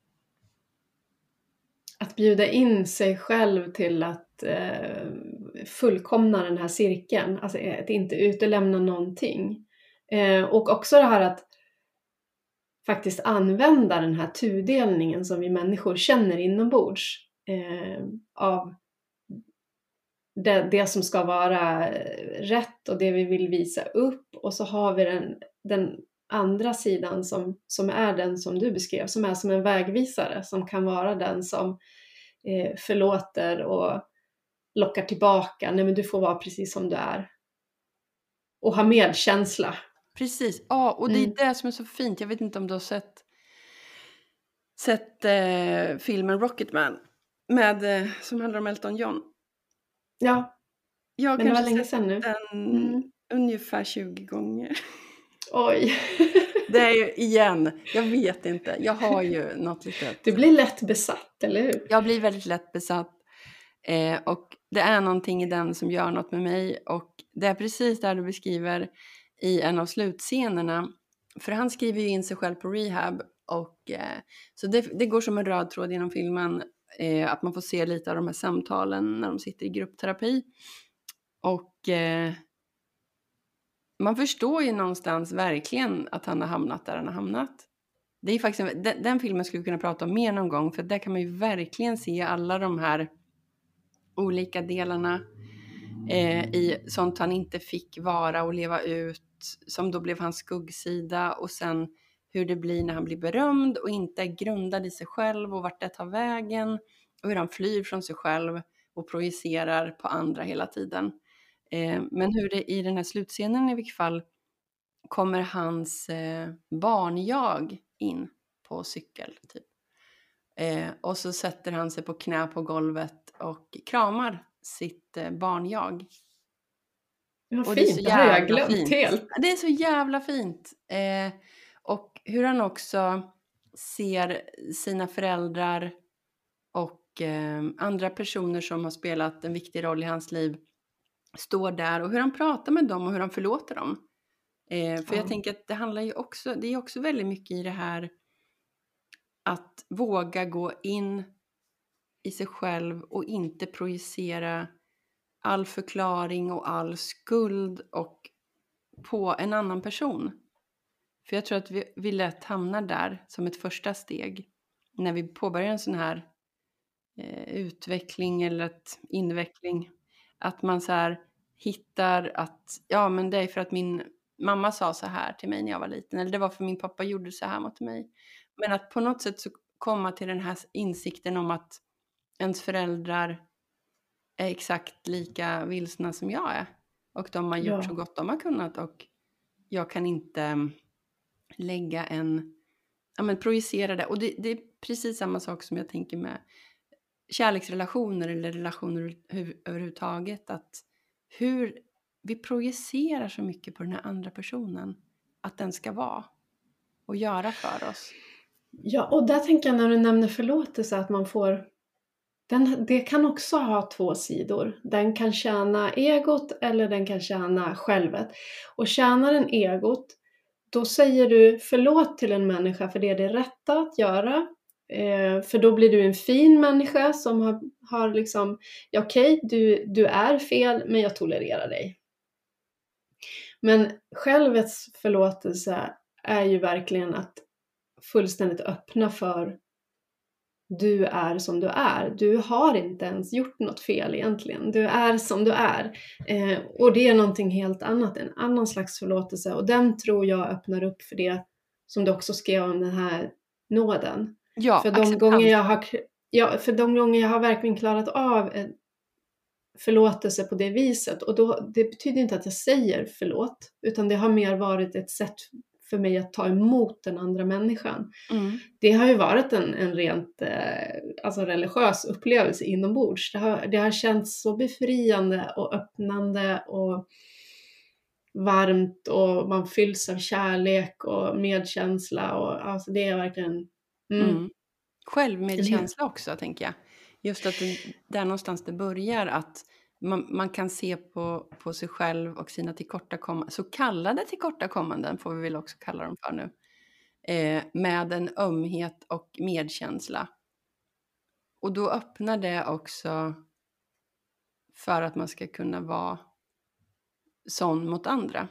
att bjuda in sig själv till att eh, fullkomna den här cirkeln. Alltså att inte utelämna någonting. Eh, och också det här att faktiskt använda den här tudelningen som vi människor känner inombords. Eh, av det, det som ska vara rätt och det vi vill visa upp. Och så har vi den, den andra sidan som, som är den som du beskrev. Som är som en vägvisare. Som kan vara den som eh, förlåter och lockar tillbaka. Nej men du får vara precis som du är. Och ha medkänsla. Precis, ja, och det är Mm. det som är så fint. Jag vet inte om du har sett, sett eh, filmen Rocketman. Med, eh, som handlar om Elton John. Ja, Jag men det var kanske länge sett sedan nu. den Mm. ungefär tjugo gånger. Oj. Det är ju igen, jag vet inte. Jag har ju något litet. Du blir lätt besatt, eller hur? Jag blir väldigt lätt besatt. Eh, och det är någonting i den som gör något med mig. Och det är precis där du beskriver i en av slutscenerna. För han skriver ju in sig själv på rehab. Och, eh, så det, det går som en röd tråd genom filmen. Eh, att man får se lite av de här samtalen när de sitter i gruppterapi. Och eh, man förstår ju någonstans verkligen att han har hamnat där han har hamnat. Det är faktiskt, den, den filmen skulle vi kunna prata om mer någon gång. För där kan man ju verkligen se alla de här olika delarna eh, i sånt han inte fick vara och leva ut. Som då blev hans skuggsida. Och sen hur det blir när han blir berömd och inte är grundad i sig själv. Och vart det tar vägen. Och hur han flyr från sig själv och projicerar på andra hela tiden. Eh, men hur det i den här slutscenen i vilket fall kommer hans eh, barnjag in på cykel typ. Eh, och så sätter han sig på knä på golvet och kramar sitt eh, barnjag. Vad Och fint, det, det har jag glömt fint. helt. Det är så jävla fint. Eh, och hur han också ser sina föräldrar och eh, andra personer som har spelat en viktig roll i hans liv står där och hur han pratar med dem och hur han förlåter dem. Eh, för Ja. jag tänker att det handlar ju också, det är också väldigt mycket i det här att våga gå in i sig själv och inte projicera all förklaring och all skuld och på en annan person. För jag tror att vi, vi lätt hamnar där som ett första steg när vi påbörjar en sån här eh, utveckling eller ett inveckling. Att man så här hittar att ja men det är för att min mamma sa så här till mig när jag var liten. Eller det var för min pappa gjorde så här mot mig. Men att på något sätt så komma till den här insikten om att ens föräldrar är exakt lika vilsna som jag är. Och de har gjort Ja. så gott de har kunnat. Och jag kan inte lägga en... Ja, men projicera det. Och det, det är precis samma sak som jag tänker med kärleksrelationer eller relationer över- överhuvudtaget. Att hur vi projicerar så mycket på den här andra personen. Att den ska vara och göra för oss. Ja, och där tänker jag när du nämner förlåtelse att man får... Den, det kan också ha två sidor. Den kan tjäna egot eller den kan tjäna självet. Och tjänar den egot, då säger du förlåt till en människa för det är det rätta att göra. Eh, för då blir du en fin människa som har, har liksom, ja, okej, du, du är fel men jag tolererar dig. Men självets förlåtelse är ju verkligen att fullständigt öppna för du är som du är. Du har inte ens gjort något fel egentligen. Du är som du är. Eh, och det är någonting helt annat. En annan slags förlåtelse. Och den tror jag öppnar upp för det som du också skrev om den här nåden. Ja, för, de gånger jag har, ja, för de gånger jag har verkligen klarat av en förlåtelse på det viset. Och då, det betyder inte att jag säger förlåt. Utan det har mer varit ett sätt för mig att ta emot den andra människan. Mm. Det har ju varit en, en rent eh, alltså religiös upplevelse inombords. Det har, det har känts så befriande och öppnande och varmt och man fylls av kärlek och medkänsla. Och, alltså det är verkligen... Mm. Mm. Självmedkänsla också, tänker jag. Just att det, där någonstans det börjar att man, man kan se på, på sig själv och sina tillkortakommanden, så kallade tillkortakommanden får vi väl också kalla dem för nu, eh, med en ömhet och medkänsla. Och då öppnar det också för att man ska kunna vara sån mot andra.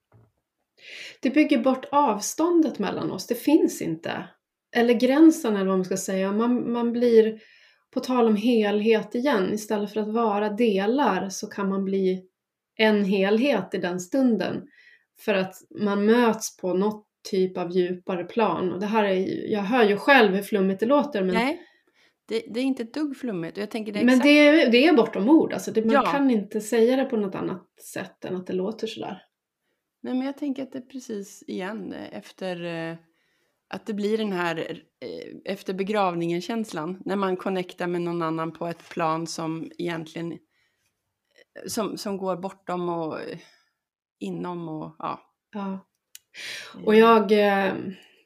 Det bygger bort avståndet mellan oss. Det finns inte. Eller gränsen eller vad man ska säga. Man, man blir, på tal om helhet igen, istället för att vara delar så kan man bli en helhet i den stunden. För att man möts på något typ av djupare plan. Och det här är, jag hör ju själv hur flummigt det låter. Men, Nej, det, det är inte ett dugg flummigt. Och jag tänker det är men exakt... det, är, det är bortom ord. Alltså det, man Ja. kan inte säga det på något annat sätt än att det låter sådär. Nej, men jag tänker att det är precis igen efter eh, att det blir den här eh, efter begravningen känslan när man connectar med någon annan på ett plan som egentligen eh, som, som går bortom och eh, inom och ja. Ja. Och jag, eh,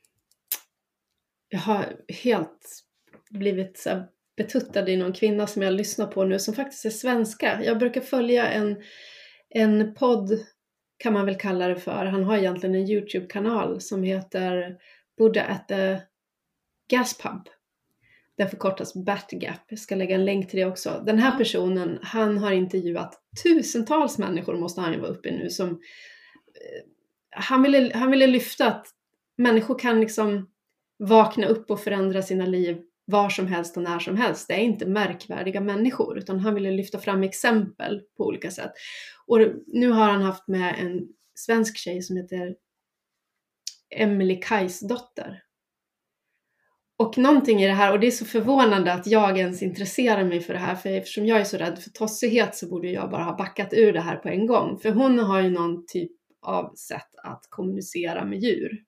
jag har helt blivit så här betuttad i någon kvinna som jag lyssnar på nu som faktiskt är svenska. Jag brukar följa en, en podd kan man väl kalla det för. Han har egentligen en YouTube-kanal som heter Buddha at the Gas Pump. Den förkortas Batgap. Jag ska lägga en länk till det också. Den här personen, han har intervjuat tusentals människor, måste han ju vara uppe i nu, som eh, han, ville, han ville lyfta att människor kan liksom vakna upp och förändra sina liv var som helst och när som helst. Det är inte märkvärdiga människor, utan han ville lyfta fram exempel på olika sätt. Och nu har han haft med en svensk tjej som heter Emily Kajsdotter. Och någonting i det här, och det är så förvånande att jag ens intresserar mig för det här, för eftersom jag är så rädd för tossighet så borde jag bara ha backat ur det här på en gång. För hon har ju någon typ av sätt att kommunicera med djur.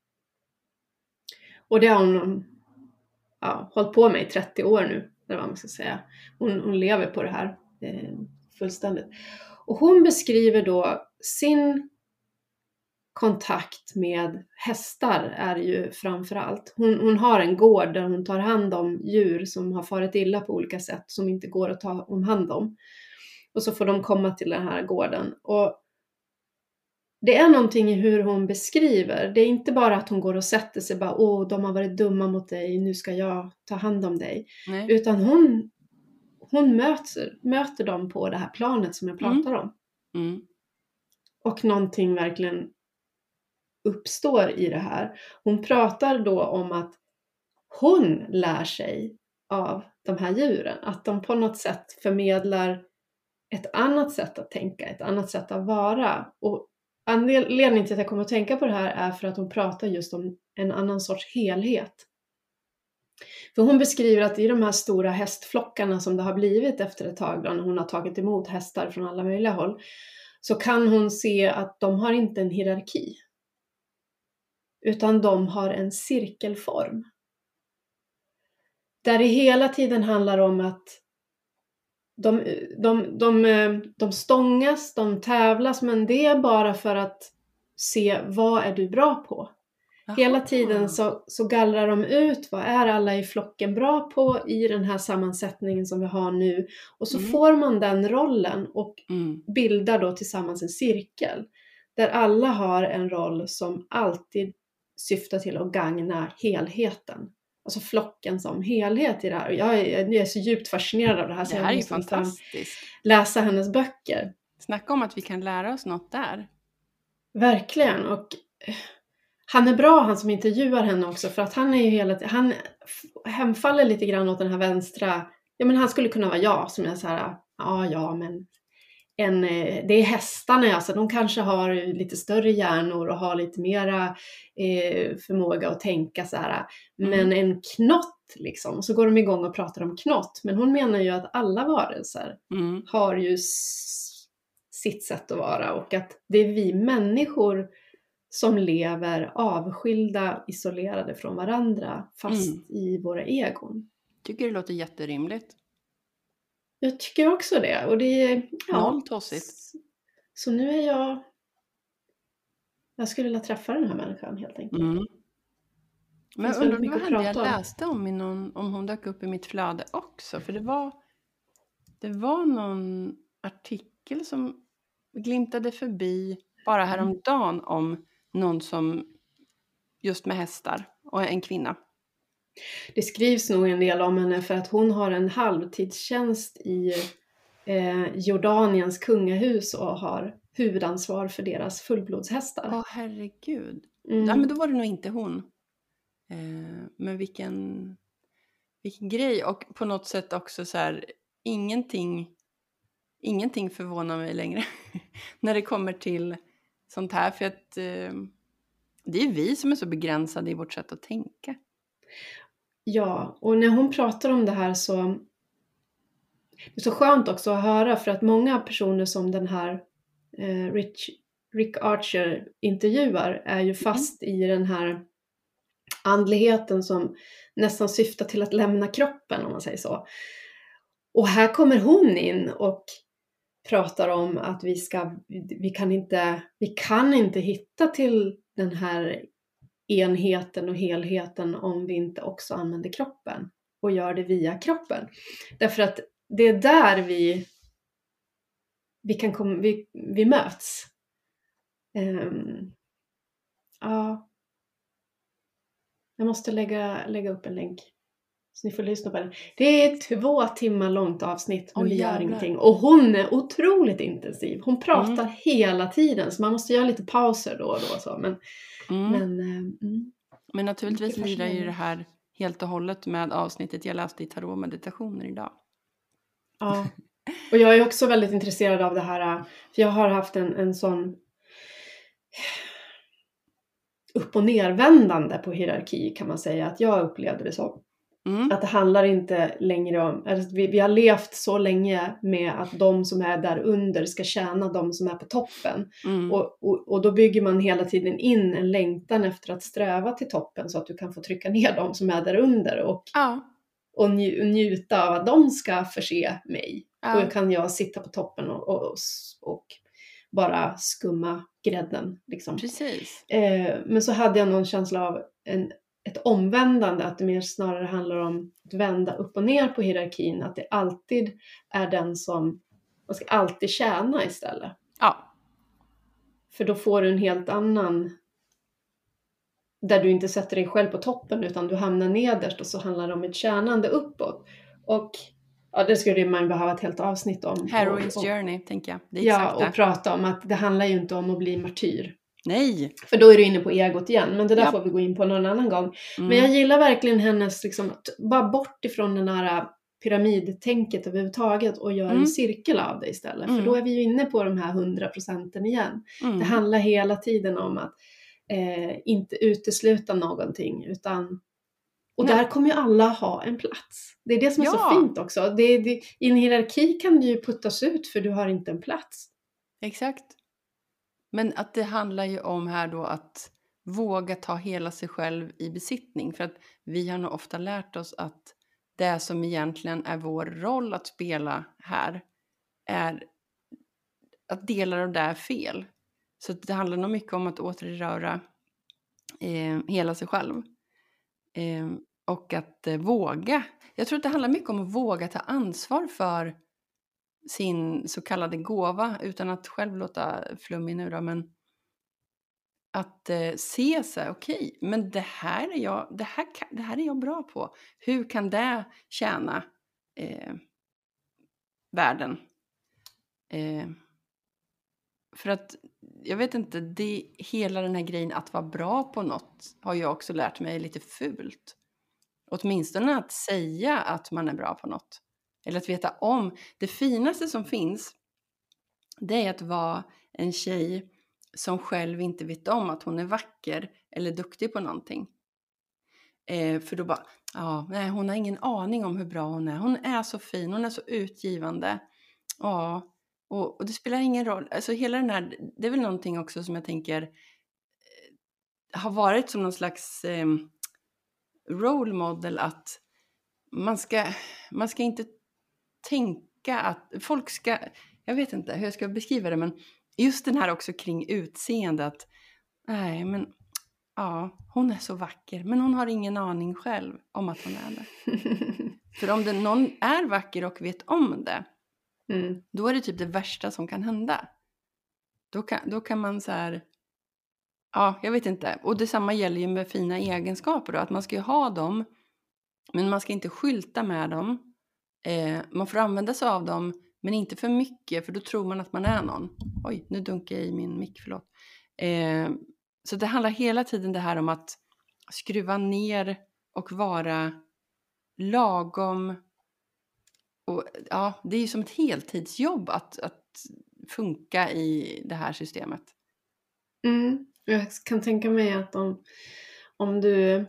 Och det har hon ja, hållit på med i trettio år nu, eller vad man ska säga. Hon, hon lever på det här eh, fullständigt. Och hon beskriver då sin kontakt med hästar är ju framförallt. Hon, hon har en gård där hon tar hand om djur som har farit illa på olika sätt som inte går att ta om hand om. Och så får de komma till den här gården. Och det är någonting i hur hon beskriver. Det är inte bara att hon går och sätter sig bara, åh, de har varit dumma mot dig, nu ska jag ta hand om dig. Nej. Utan hon, hon möter, möter dem på det här planet som jag pratar Mm. om. Mm. Och någonting verkligen uppstår i det här. Hon pratar då om att hon lär sig av de här djuren. Att de på något sätt förmedlar ett annat sätt att tänka, ett annat sätt att vara. Och anledningen till att jag kommer att tänka på det här är för att hon pratar just om en annan sorts helhet. För hon beskriver att i de här stora hästflockarna som det har blivit efter ett tag, då, när hon har tagit emot hästar från alla möjliga håll, så kan hon se att de har inte en hierarki. Utan de har en cirkelform. Där det hela tiden handlar om att de, de, de, de stångas, de tävlas, men det är bara för att se vad är du bra på. Jaha. Hela tiden så, så gallrar de ut vad är alla i flocken bra på i den här sammansättningen som vi har nu. Och så Mm. får man den rollen och Mm. bildar då tillsammans en cirkel. Där alla har en roll som alltid syftar till att gagna helheten. Alltså flocken som helhet i det här. Och jag är, jag är så djupt fascinerad av det här. Så Det här jag är ju måste nästan fantastiskt. läsa hennes böcker. Snacka om att vi kan lära oss något där. Verkligen. Och han är bra, han som intervjuar henne också. För att han är ju hela han hemfaller lite grann åt den här vänstra. Ja, men han skulle kunna vara jag som är så här. Ja, ja, men en, det är hästarna, alltså de kanske har lite större hjärnor och har lite mera eh, förmåga att tänka så här. Men Mm. en knott liksom, så går de igång och pratar om knott. Men hon menar ju att alla varelser Mm. har ju s- sitt sätt att vara, och att det är vi människor som lever avskilda, isolerade från varandra, fast Mm. i våra egon. Tycker det låter jätterimligt. Jag tycker också det. Och det är, ja, Noll tossigt. s- Så nu är jag... Jag skulle vilja träffa den här människan helt enkelt. Mm. Men finns undrar väldigt vad mycket att hände jag prata om. läste om i någon, om hon dök upp i mitt flöde också. För det var, det var någon artikel som glimtade förbi bara häromdagen om någon som just med hästar och en kvinna. Det skrivs nog en del om henne för att hon har en halvtidstjänst i eh, Jordaniens kungahus och har huvudansvar för deras fullblodshästar. Åh herregud. Mm. Ja, men då var det nog inte hon. Eh, men vilken, vilken grej. Och på något sätt också så här, ingenting, ingenting förvånar mig längre när det kommer till sånt här. För att eh, det är vi som är så begränsade i vårt sätt att tänka. Ja, och när hon pratar om det här så det är så skönt också att höra, för att många personer som den här eh, Rich, Rick Archer intervjuar är ju fast mm. i den här andligheten som nästan syftar till att lämna kroppen, om man säger så. Och här kommer hon in och pratar om att vi ska, vi kan inte, vi kan inte hitta till den här enheten och helheten om vi inte också använder kroppen och gör det via kroppen. Därför att det är där vi vi kan komma, vi, vi möts. Um, ja. Jag måste lägga, lägga upp en länk så ni får lyssna på den. Det är ett två timmar långt avsnitt, men Oj, det gör jävlar. ingenting. Och hon är otroligt intensiv. Hon pratar Mm. hela tiden, så man måste göra lite pauser då och då. Så. Men, Mm. men, mm. Men naturligtvis Mycket lirar ju fascinerande. det här helt och hållet med avsnittet jag läste i tarotmeditationer idag. Ja, och jag är också väldigt intresserad av det här. För jag har haft en, en sån upp- och nervändande på hierarki, kan man säga. Att jag upplevde det så. Mm. Att det handlar inte längre om... Alltså vi, vi har levt så länge med att de som är där under ska tjäna de som är på toppen. Mm. Och, och, och då bygger man hela tiden in en längtan efter att sträva till toppen, så att du kan få trycka ner de som är där under. Och, Ja. och nj- njuta av att de ska förse mig. Ja. Och då kan jag sitta på toppen och, och, och bara skumma grädden. Liksom. Precis. Eh, men så hade jag någon känsla av en, ett omvändande. Att det mer snarare handlar om att vända upp och ner på hierarkin. Att det alltid är den som... Man ska alltid tjäna istället. Ja. För då får du en helt annan... Där du inte sätter dig själv på toppen, utan du hamnar nederst. Och så handlar det om ett tjänande uppåt. Och... Ja, det skulle man behöva ett helt avsnitt om. Heroines och, och, journey, tänker jag. Det är ja, exakt det. och prata om att det handlar ju inte om att bli martyr. Nej. För då är du inne på egot igen. Men det där Ja. får vi gå in på någon annan gång. Mm. Men jag gillar verkligen hennes, liksom, att bara bort ifrån den här pyramidtänket överhuvudtaget. Och göra Mm. en cirkel av det istället. Mm. För då är vi ju inne på de här hundra procenten igen. Mm. Det handlar hela tiden om att eh, inte utesluta någonting. Utan Och Nej. där kommer ju alla ha en plats. Det är det som är Ja. så fint också. Det, det, i en hierarki kan du ju puttas ut för du har inte en plats. Exakt. Men att det handlar ju om här då att våga ta hela sig själv i besittning. För att vi har nog ofta lärt oss att det som egentligen är vår roll att spela här är att delar av det är fel. Så det handlar nog mycket om att återröra eh, hela sig själv. Eh, och att eh, våga. Jag tror att det handlar mycket om att våga ta ansvar för sin så kallade gåva. Utan att själv låta flummig nu då. Men att eh, se sig, okej, okay, men det här, är jag, det, här kan, det här är jag bra på. Hur kan det tjäna eh, världen? Eh, för att, jag vet inte, det, hela den här grejen att vara bra på något har jag också lärt mig är lite fult. Åtminstone att säga att man är bra på något. Eller att veta om. Det finaste som finns, det är att vara en tjej som själv inte vet om att hon är vacker eller duktig på någonting. Eh, för då bara, ja, nej, hon har ingen aning om hur bra hon är. Hon är så fin, hon är så utgivande. Ja, och, och det spelar ingen roll. Alltså hela den här, det är väl någonting också som jag tänker eh, har varit som någon slags eh, role model att man ska, man ska inte tänka att folk ska, jag vet inte hur jag ska beskriva det, men just den här också kring utseende att nej, men ja, hon är så vacker, men hon har ingen aning själv om att hon är det. För om det, någon är vacker och vet om det, mm. då är det typ det värsta som kan hända. Då kan, då kan man så här, ja, jag vet inte. Och detsamma gäller ju med fina egenskaper då, att man ska ju ha dem, men man ska inte skylta med dem. Eh, man får använda sig av dem, men inte för mycket, för då tror man att man är någon. Oj, nu dunkar jag i min mick, förlåt. Eh, så det handlar hela tiden det här om att skruva ner och vara lagom. Och ja, det är ju som ett heltidsjobb att, att funka i det här systemet. Mm, jag kan tänka mig att om, om du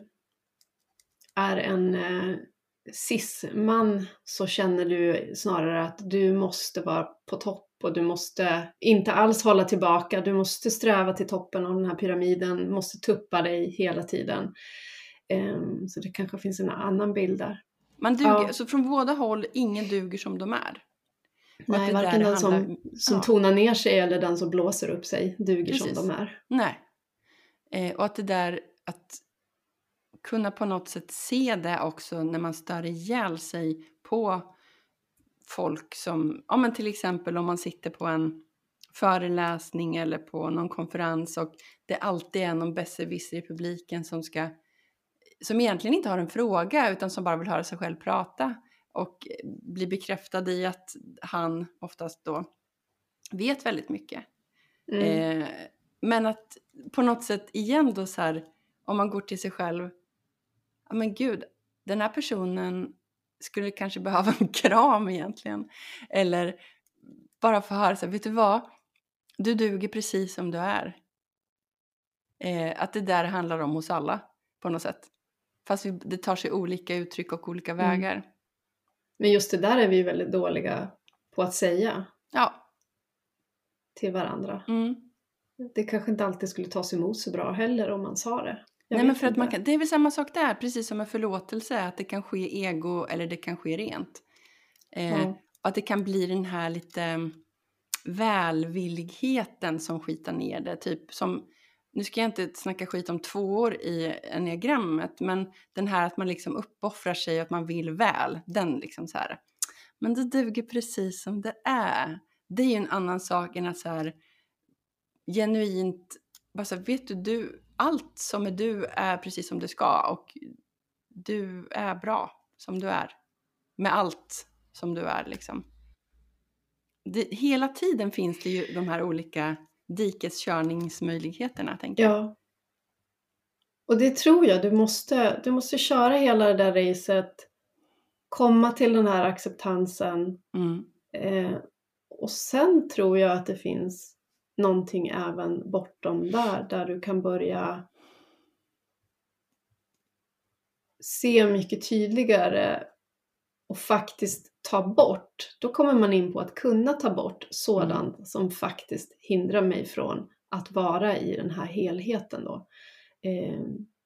är en eh, cis-man så känner du snarare att du måste vara på topp och du måste inte alls hålla tillbaka. Du måste sträva till toppen av den här pyramiden, måste tuppa dig hela tiden. Um, så det kanske finns en annan bild där. Man duger, ja. Så från båda håll, ingen duger som de är. Nej, varken den handlar, som, som ja. tonar ner sig eller den som blåser upp sig duger Precis. Som de är. Nej. Eh, och att det där, att kunna på något sätt se det också när man stör ihjäl sig på folk som, ja men till exempel om man sitter på en föreläsning eller på någon konferens och det alltid är någon besserwisser i publiken som ska, som egentligen inte har en fråga utan som bara vill höra sig själv prata och bli bekräftad i att han oftast då vet väldigt mycket. Mm. Eh, men att på något sätt igen då så här, om man går till sig själv, ja men gud, den här personen skulle kanske behöva en kram egentligen. Eller bara få höra så här, vet du vad? Du duger precis som du är. Eh, att det där handlar om hos alla på något sätt. Fast det tar sig olika uttryck och olika mm. vägar. Men just det där är vi ju väldigt dåliga på att säga. Ja. Till varandra. Mm. Det kanske inte alltid skulle tas emot så bra heller om man sa det. Jag Nej men för att man kan, det är väl samma sak där, precis som med förlåtelse, att det kan ske ego eller det kan ske rent. Eh, mm. Att det kan bli den här lite välvilligheten som skitar ner det, typ som, nu ska jag inte snacka skit om tvåor i enneagrammet, men den här att man liksom uppoffrar sig och att man vill väl, den liksom så här, men det duger precis som det är. Det är ju en annan sak än att så här genuint, bara så här, vet du, du allt som är du är precis som du ska och du är bra som du är. Med allt som du är liksom. Det, hela tiden finns det ju de här olika dikeskörningsmöjligheterna, tänker jag. Ja. Och det tror jag, du måste, du måste köra hela det där racet. Komma till den här acceptansen. Mm. Eh, och sen tror jag att det finns någonting även bortom där. Där du kan börja se mycket tydligare och faktiskt ta bort, då kommer man in på att kunna ta bort sådant mm. som faktiskt hindrar mig från att vara i den här helheten då. Eh,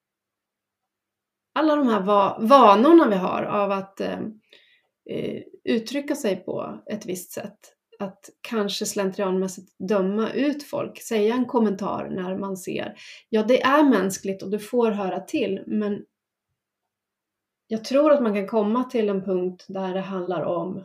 alla de här va- vanorna vi har av att eh, uttrycka sig på ett visst sätt. Att kanske slentrianmässigt döma ut folk, säga en kommentar när man ser, ja det är mänskligt och du får höra till, men jag tror att man kan komma till en punkt där det handlar om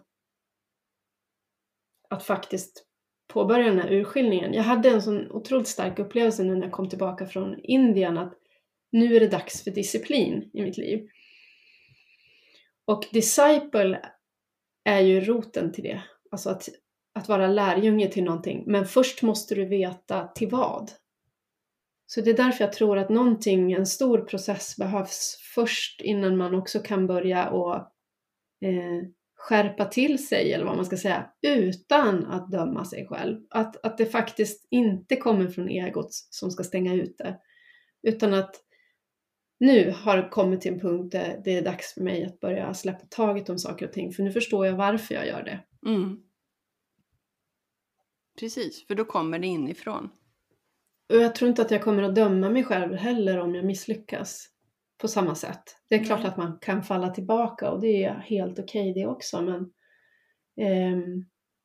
att faktiskt påbörja den här urskiljningen. Jag hade en sån otroligt stark upplevelse när jag kom tillbaka från Indien att nu är det dags för disciplin i mitt liv. Och disciple är ju roten till det. Alltså att, att vara lärjunge till någonting. Men först måste du veta till vad. Så det är därför jag tror att någonting, en stor process behövs först innan man också kan börja och eh, skärpa till sig, eller vad man ska säga, utan att döma sig själv. Att, att det faktiskt inte kommer från egot som ska stänga ut det. Utan att nu har det kommit till en punkt där det är dags för mig att börja släppa taget om saker och ting. För nu förstår jag varför jag gör det. Mm. Precis, för då kommer det inifrån. Och jag tror inte att jag kommer att döma mig själv heller om jag misslyckas på samma sätt. Det är klart mm. att man kan falla tillbaka och det är helt okej det också. Men ehm,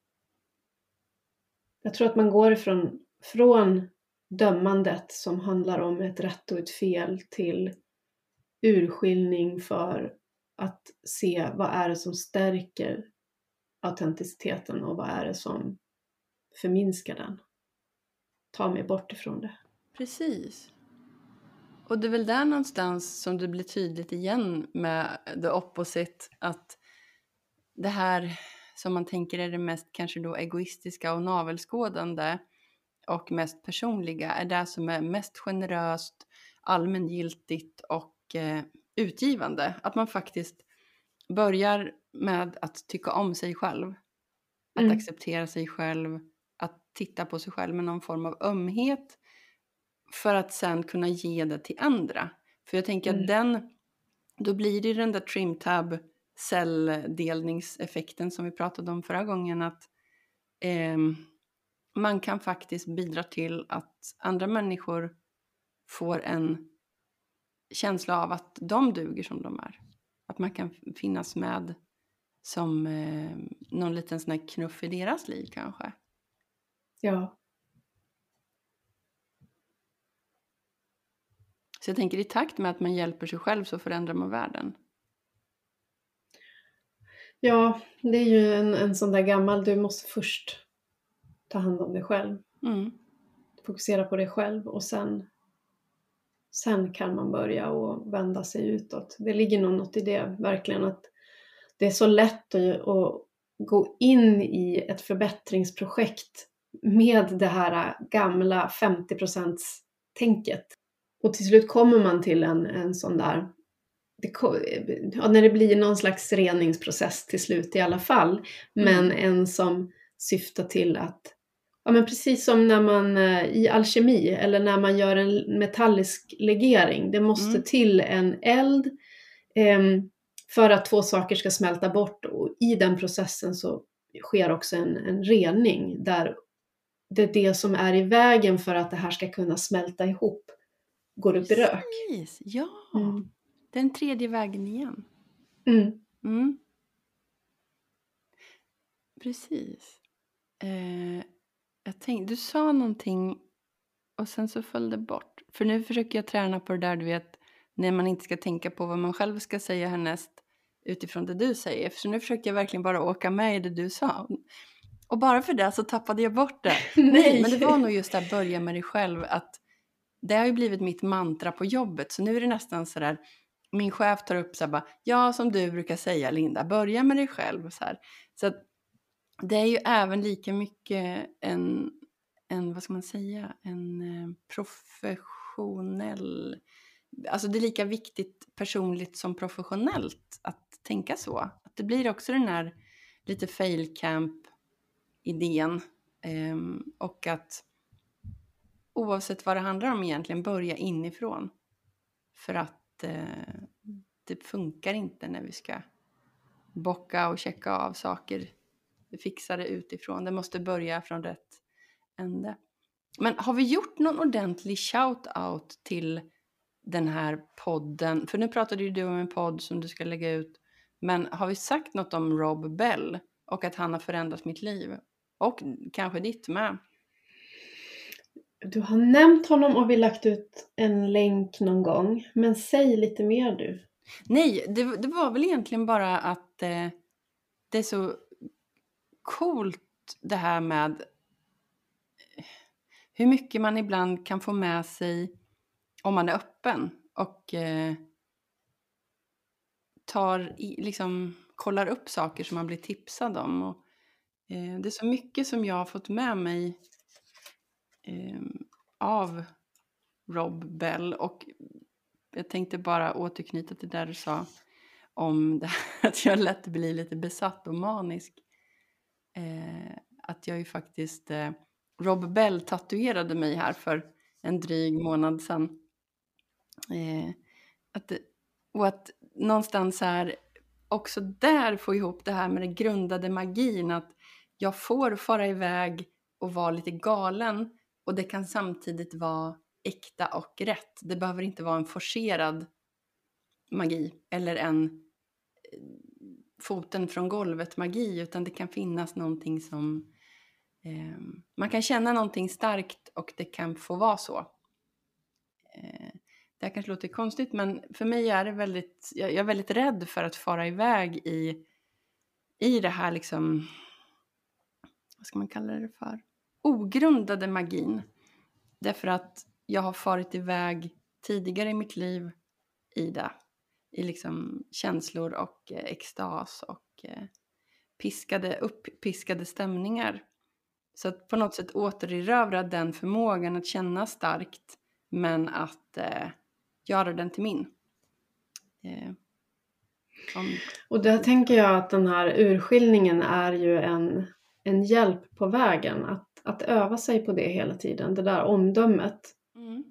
jag tror att man går ifrån, från dömandet som handlar om ett rätt och ett fel till urskiljning för att se vad är det som stärker autenticiteten och vad är det som förminskar den. Ta mig bort ifrån det. Precis. Och det är väl där någonstans som det blir tydligt igen med the opposite, att det här som man tänker är det mest kanske då egoistiska och navelskådande och mest personliga är det som är mest generöst, allmängiltigt och eh, utgivande. Att man faktiskt börjar med att tycka om sig själv. Att mm. acceptera sig själv. Att titta på sig själv med någon form av ömhet. För att sen kunna ge det till andra. För jag tänker mm. att den, då blir det den där trimtab celldelningseffekten som vi pratade om förra gången. Att eh, man kan faktiskt bidra till att andra människor får en känsla av att de duger som de är. Att man kan finnas med som eh, någon liten sån här knuff i deras liv kanske. Ja. Så jag tänker i takt med att man hjälper sig själv så förändrar man världen. Ja, det är ju en, en sån där gammal, du måste först ta hand om dig själv. Mm. Fokusera på dig själv och sen, sen kan man börja och vända sig utåt. Det ligger nog något i det, verkligen, att det är så lätt att, att gå in i ett förbättringsprojekt med det här gamla femtio procent-tänket. Och till slut kommer man till en, en sån där, det, ja, när det blir någon slags reningsprocess till slut i alla fall. Men mm. en som syftar till att, ja men precis som när man i alkemi eller när man gör en metallisk legering. Det måste mm. till en eld eh, för att två saker ska smälta bort. Och i den processen så sker också en, en rening där det är det som är i vägen för att det här ska kunna smälta ihop. Går upp i rök. Precis, ja. Mm. Den tredje vägen igen. Mm. Mm. Precis. Eh, jag tänkte, du sa någonting och sen så föll det bort. För nu försöker jag träna på det där, du vet, när man inte ska tänka på vad man själv ska säga härnäst utifrån det du säger. Så nu försöker jag verkligen bara åka med i det du sa. Och bara för det så tappade jag bort det. Nej, men det var nog just att börja med dig själv, att det har ju blivit mitt mantra på jobbet. Så nu är det nästan så där, min chef tar upp så här bara, ja som du brukar säga Linda, börja med dig själv. Så, här. Så att det är ju även lika mycket en, en vad ska man säga, en professionell, alltså det är lika viktigt personligt som professionellt att tänka så. Att det blir också den här lite fail camp idén um, och att oavsett vad det handlar om egentligen börja inifrån. För att eh, det funkar inte när vi ska bocka och checka av saker. Fixa det utifrån. Det måste börja från rätt ände. Men har vi gjort någon ordentlig shout-out till den här podden? För nu pratade ju du om en podd som du ska lägga ut. Men har vi sagt något om Rob Bell och att han har förändrat mitt liv? Och kanske ditt med. Du har nämnt honom och vi lagt ut en länk någon gång. Men säg lite mer du. Nej, det, det var väl egentligen bara att eh, det är så coolt det här med hur mycket man ibland kan få med sig om man är öppen och eh, tar i, liksom kollar upp saker som man blir tipsad om. Och, eh, det är så mycket som jag har fått med mig eh, av Rob Bell, och jag tänkte bara återknyta till det du sa om det här, att jag lätt blir lite besatt och manisk. Eh, att jag ju faktiskt eh, Rob Bell tatuerade mig här för en dryg månad sedan. Eh, att, och att någonstans här också där få ihop det här med den grundade magin, att jag får fara iväg och vara lite galen, och det kan samtidigt vara äkta och rätt. Det behöver inte vara en forcerad magi eller en foten från golvet magi, utan det kan finnas någonting som eh, man kan känna någonting starkt och det kan få vara så. Eh, det här kanske låter konstigt, men för mig är det väldigt, jag, jag är väldigt rädd för att fara iväg i, i det här liksom, vad ska man kalla det för? Ogrundade magin. Därför att jag har farit iväg tidigare i mitt liv i det. I liksom känslor och eh, extas och eh, piskade, uppiskade stämningar. Så att på något sätt återerövra den förmågan att känna starkt, men att eh, göra den till min. Eh, om... Och där tänker jag att den här urskiljningen är ju en, en hjälp på vägen. Att, att öva sig på det hela tiden. Det där omdömet. Mm.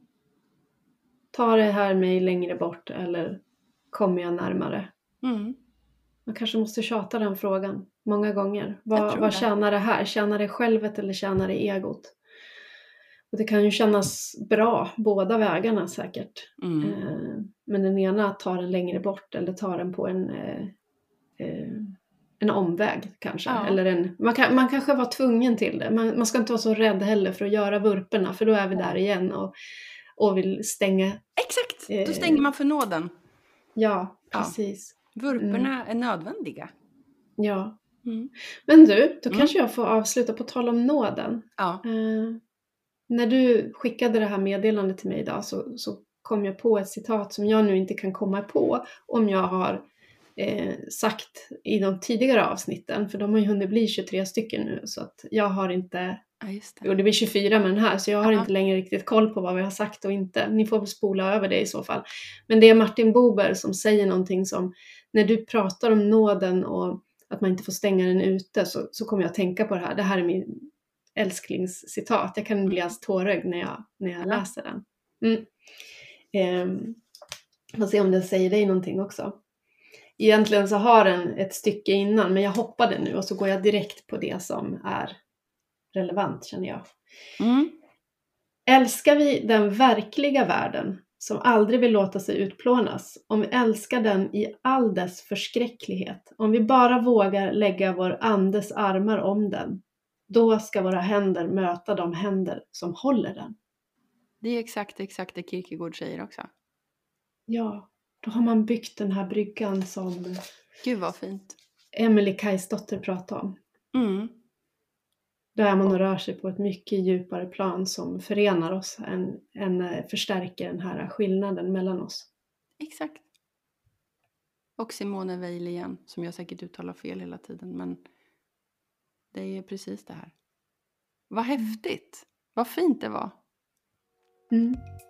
Tar det här mig längre bort eller kommer jag närmare? Mm. Man kanske måste tjata den frågan många gånger. Vad, tror vad det. tjänar det här? Tjänar det självet eller tjänar det egot? Och det kan ju kännas bra, båda vägarna säkert. Mm. Eh, men den ena tar den längre bort eller tar den på en, eh, eh, en omväg kanske. Ja. Eller en, man, kan, man kanske var tvungen till det. Man, man ska inte vara så rädd heller för att göra vurporna, för då är vi där igen och, och vill stänga. Exakt, Eh, då stänger man för nåden. Ja, precis. Vurporna är nödvändiga. Ja. Mm. Men du, då Mm. kanske jag får avsluta på tal om nåden. Ja. Eh, när du skickade det här meddelandet till mig idag så, så kom jag på ett citat som jag nu inte kan komma på om jag har eh, sagt i de tidigare avsnitten. För de har ju hunnit bli tjugotre stycken nu, så att jag har inte... Ja, just det. Jo, det blir tjugofyra med den här, så jag har Aha. inte längre riktigt koll på vad vi har sagt och inte. Ni får väl spola över det i så fall. Men det är Martin Bober som säger någonting som, när du pratar om nåden och att man inte får stänga den ute, så, så kommer jag att tänka på det här. Det här är min älsklingscitat. Jag kan bli alls tårögd när jag, när jag Ja. läser den. Mm. Ehm, får se om den säger dig någonting också. Egentligen så har den ett stycke innan, men jag hoppade nu och så går jag direkt på det som är relevant, känner jag. Mm. Älskar vi den verkliga världen som aldrig vill låta sig utplånas, om vi älskar den i all dess förskräcklighet, om vi bara vågar lägga vår andes armar om den, då ska våra händer möta de händer som håller den. Det är exakt, exakt det Kierkegaard säger också. Ja, då har man byggt den här bryggan som Gud vad fint. Emily Kajsdotter pratade om. Mm. Då är man och rör sig på ett mycket djupare plan som förenar oss än, än förstärker den här skillnaden mellan oss. Exakt. Och Simone Weil igen, som jag säkert uttalar fel hela tiden, men det är precis det här. Vad häftigt. Vad fint det var. Mm.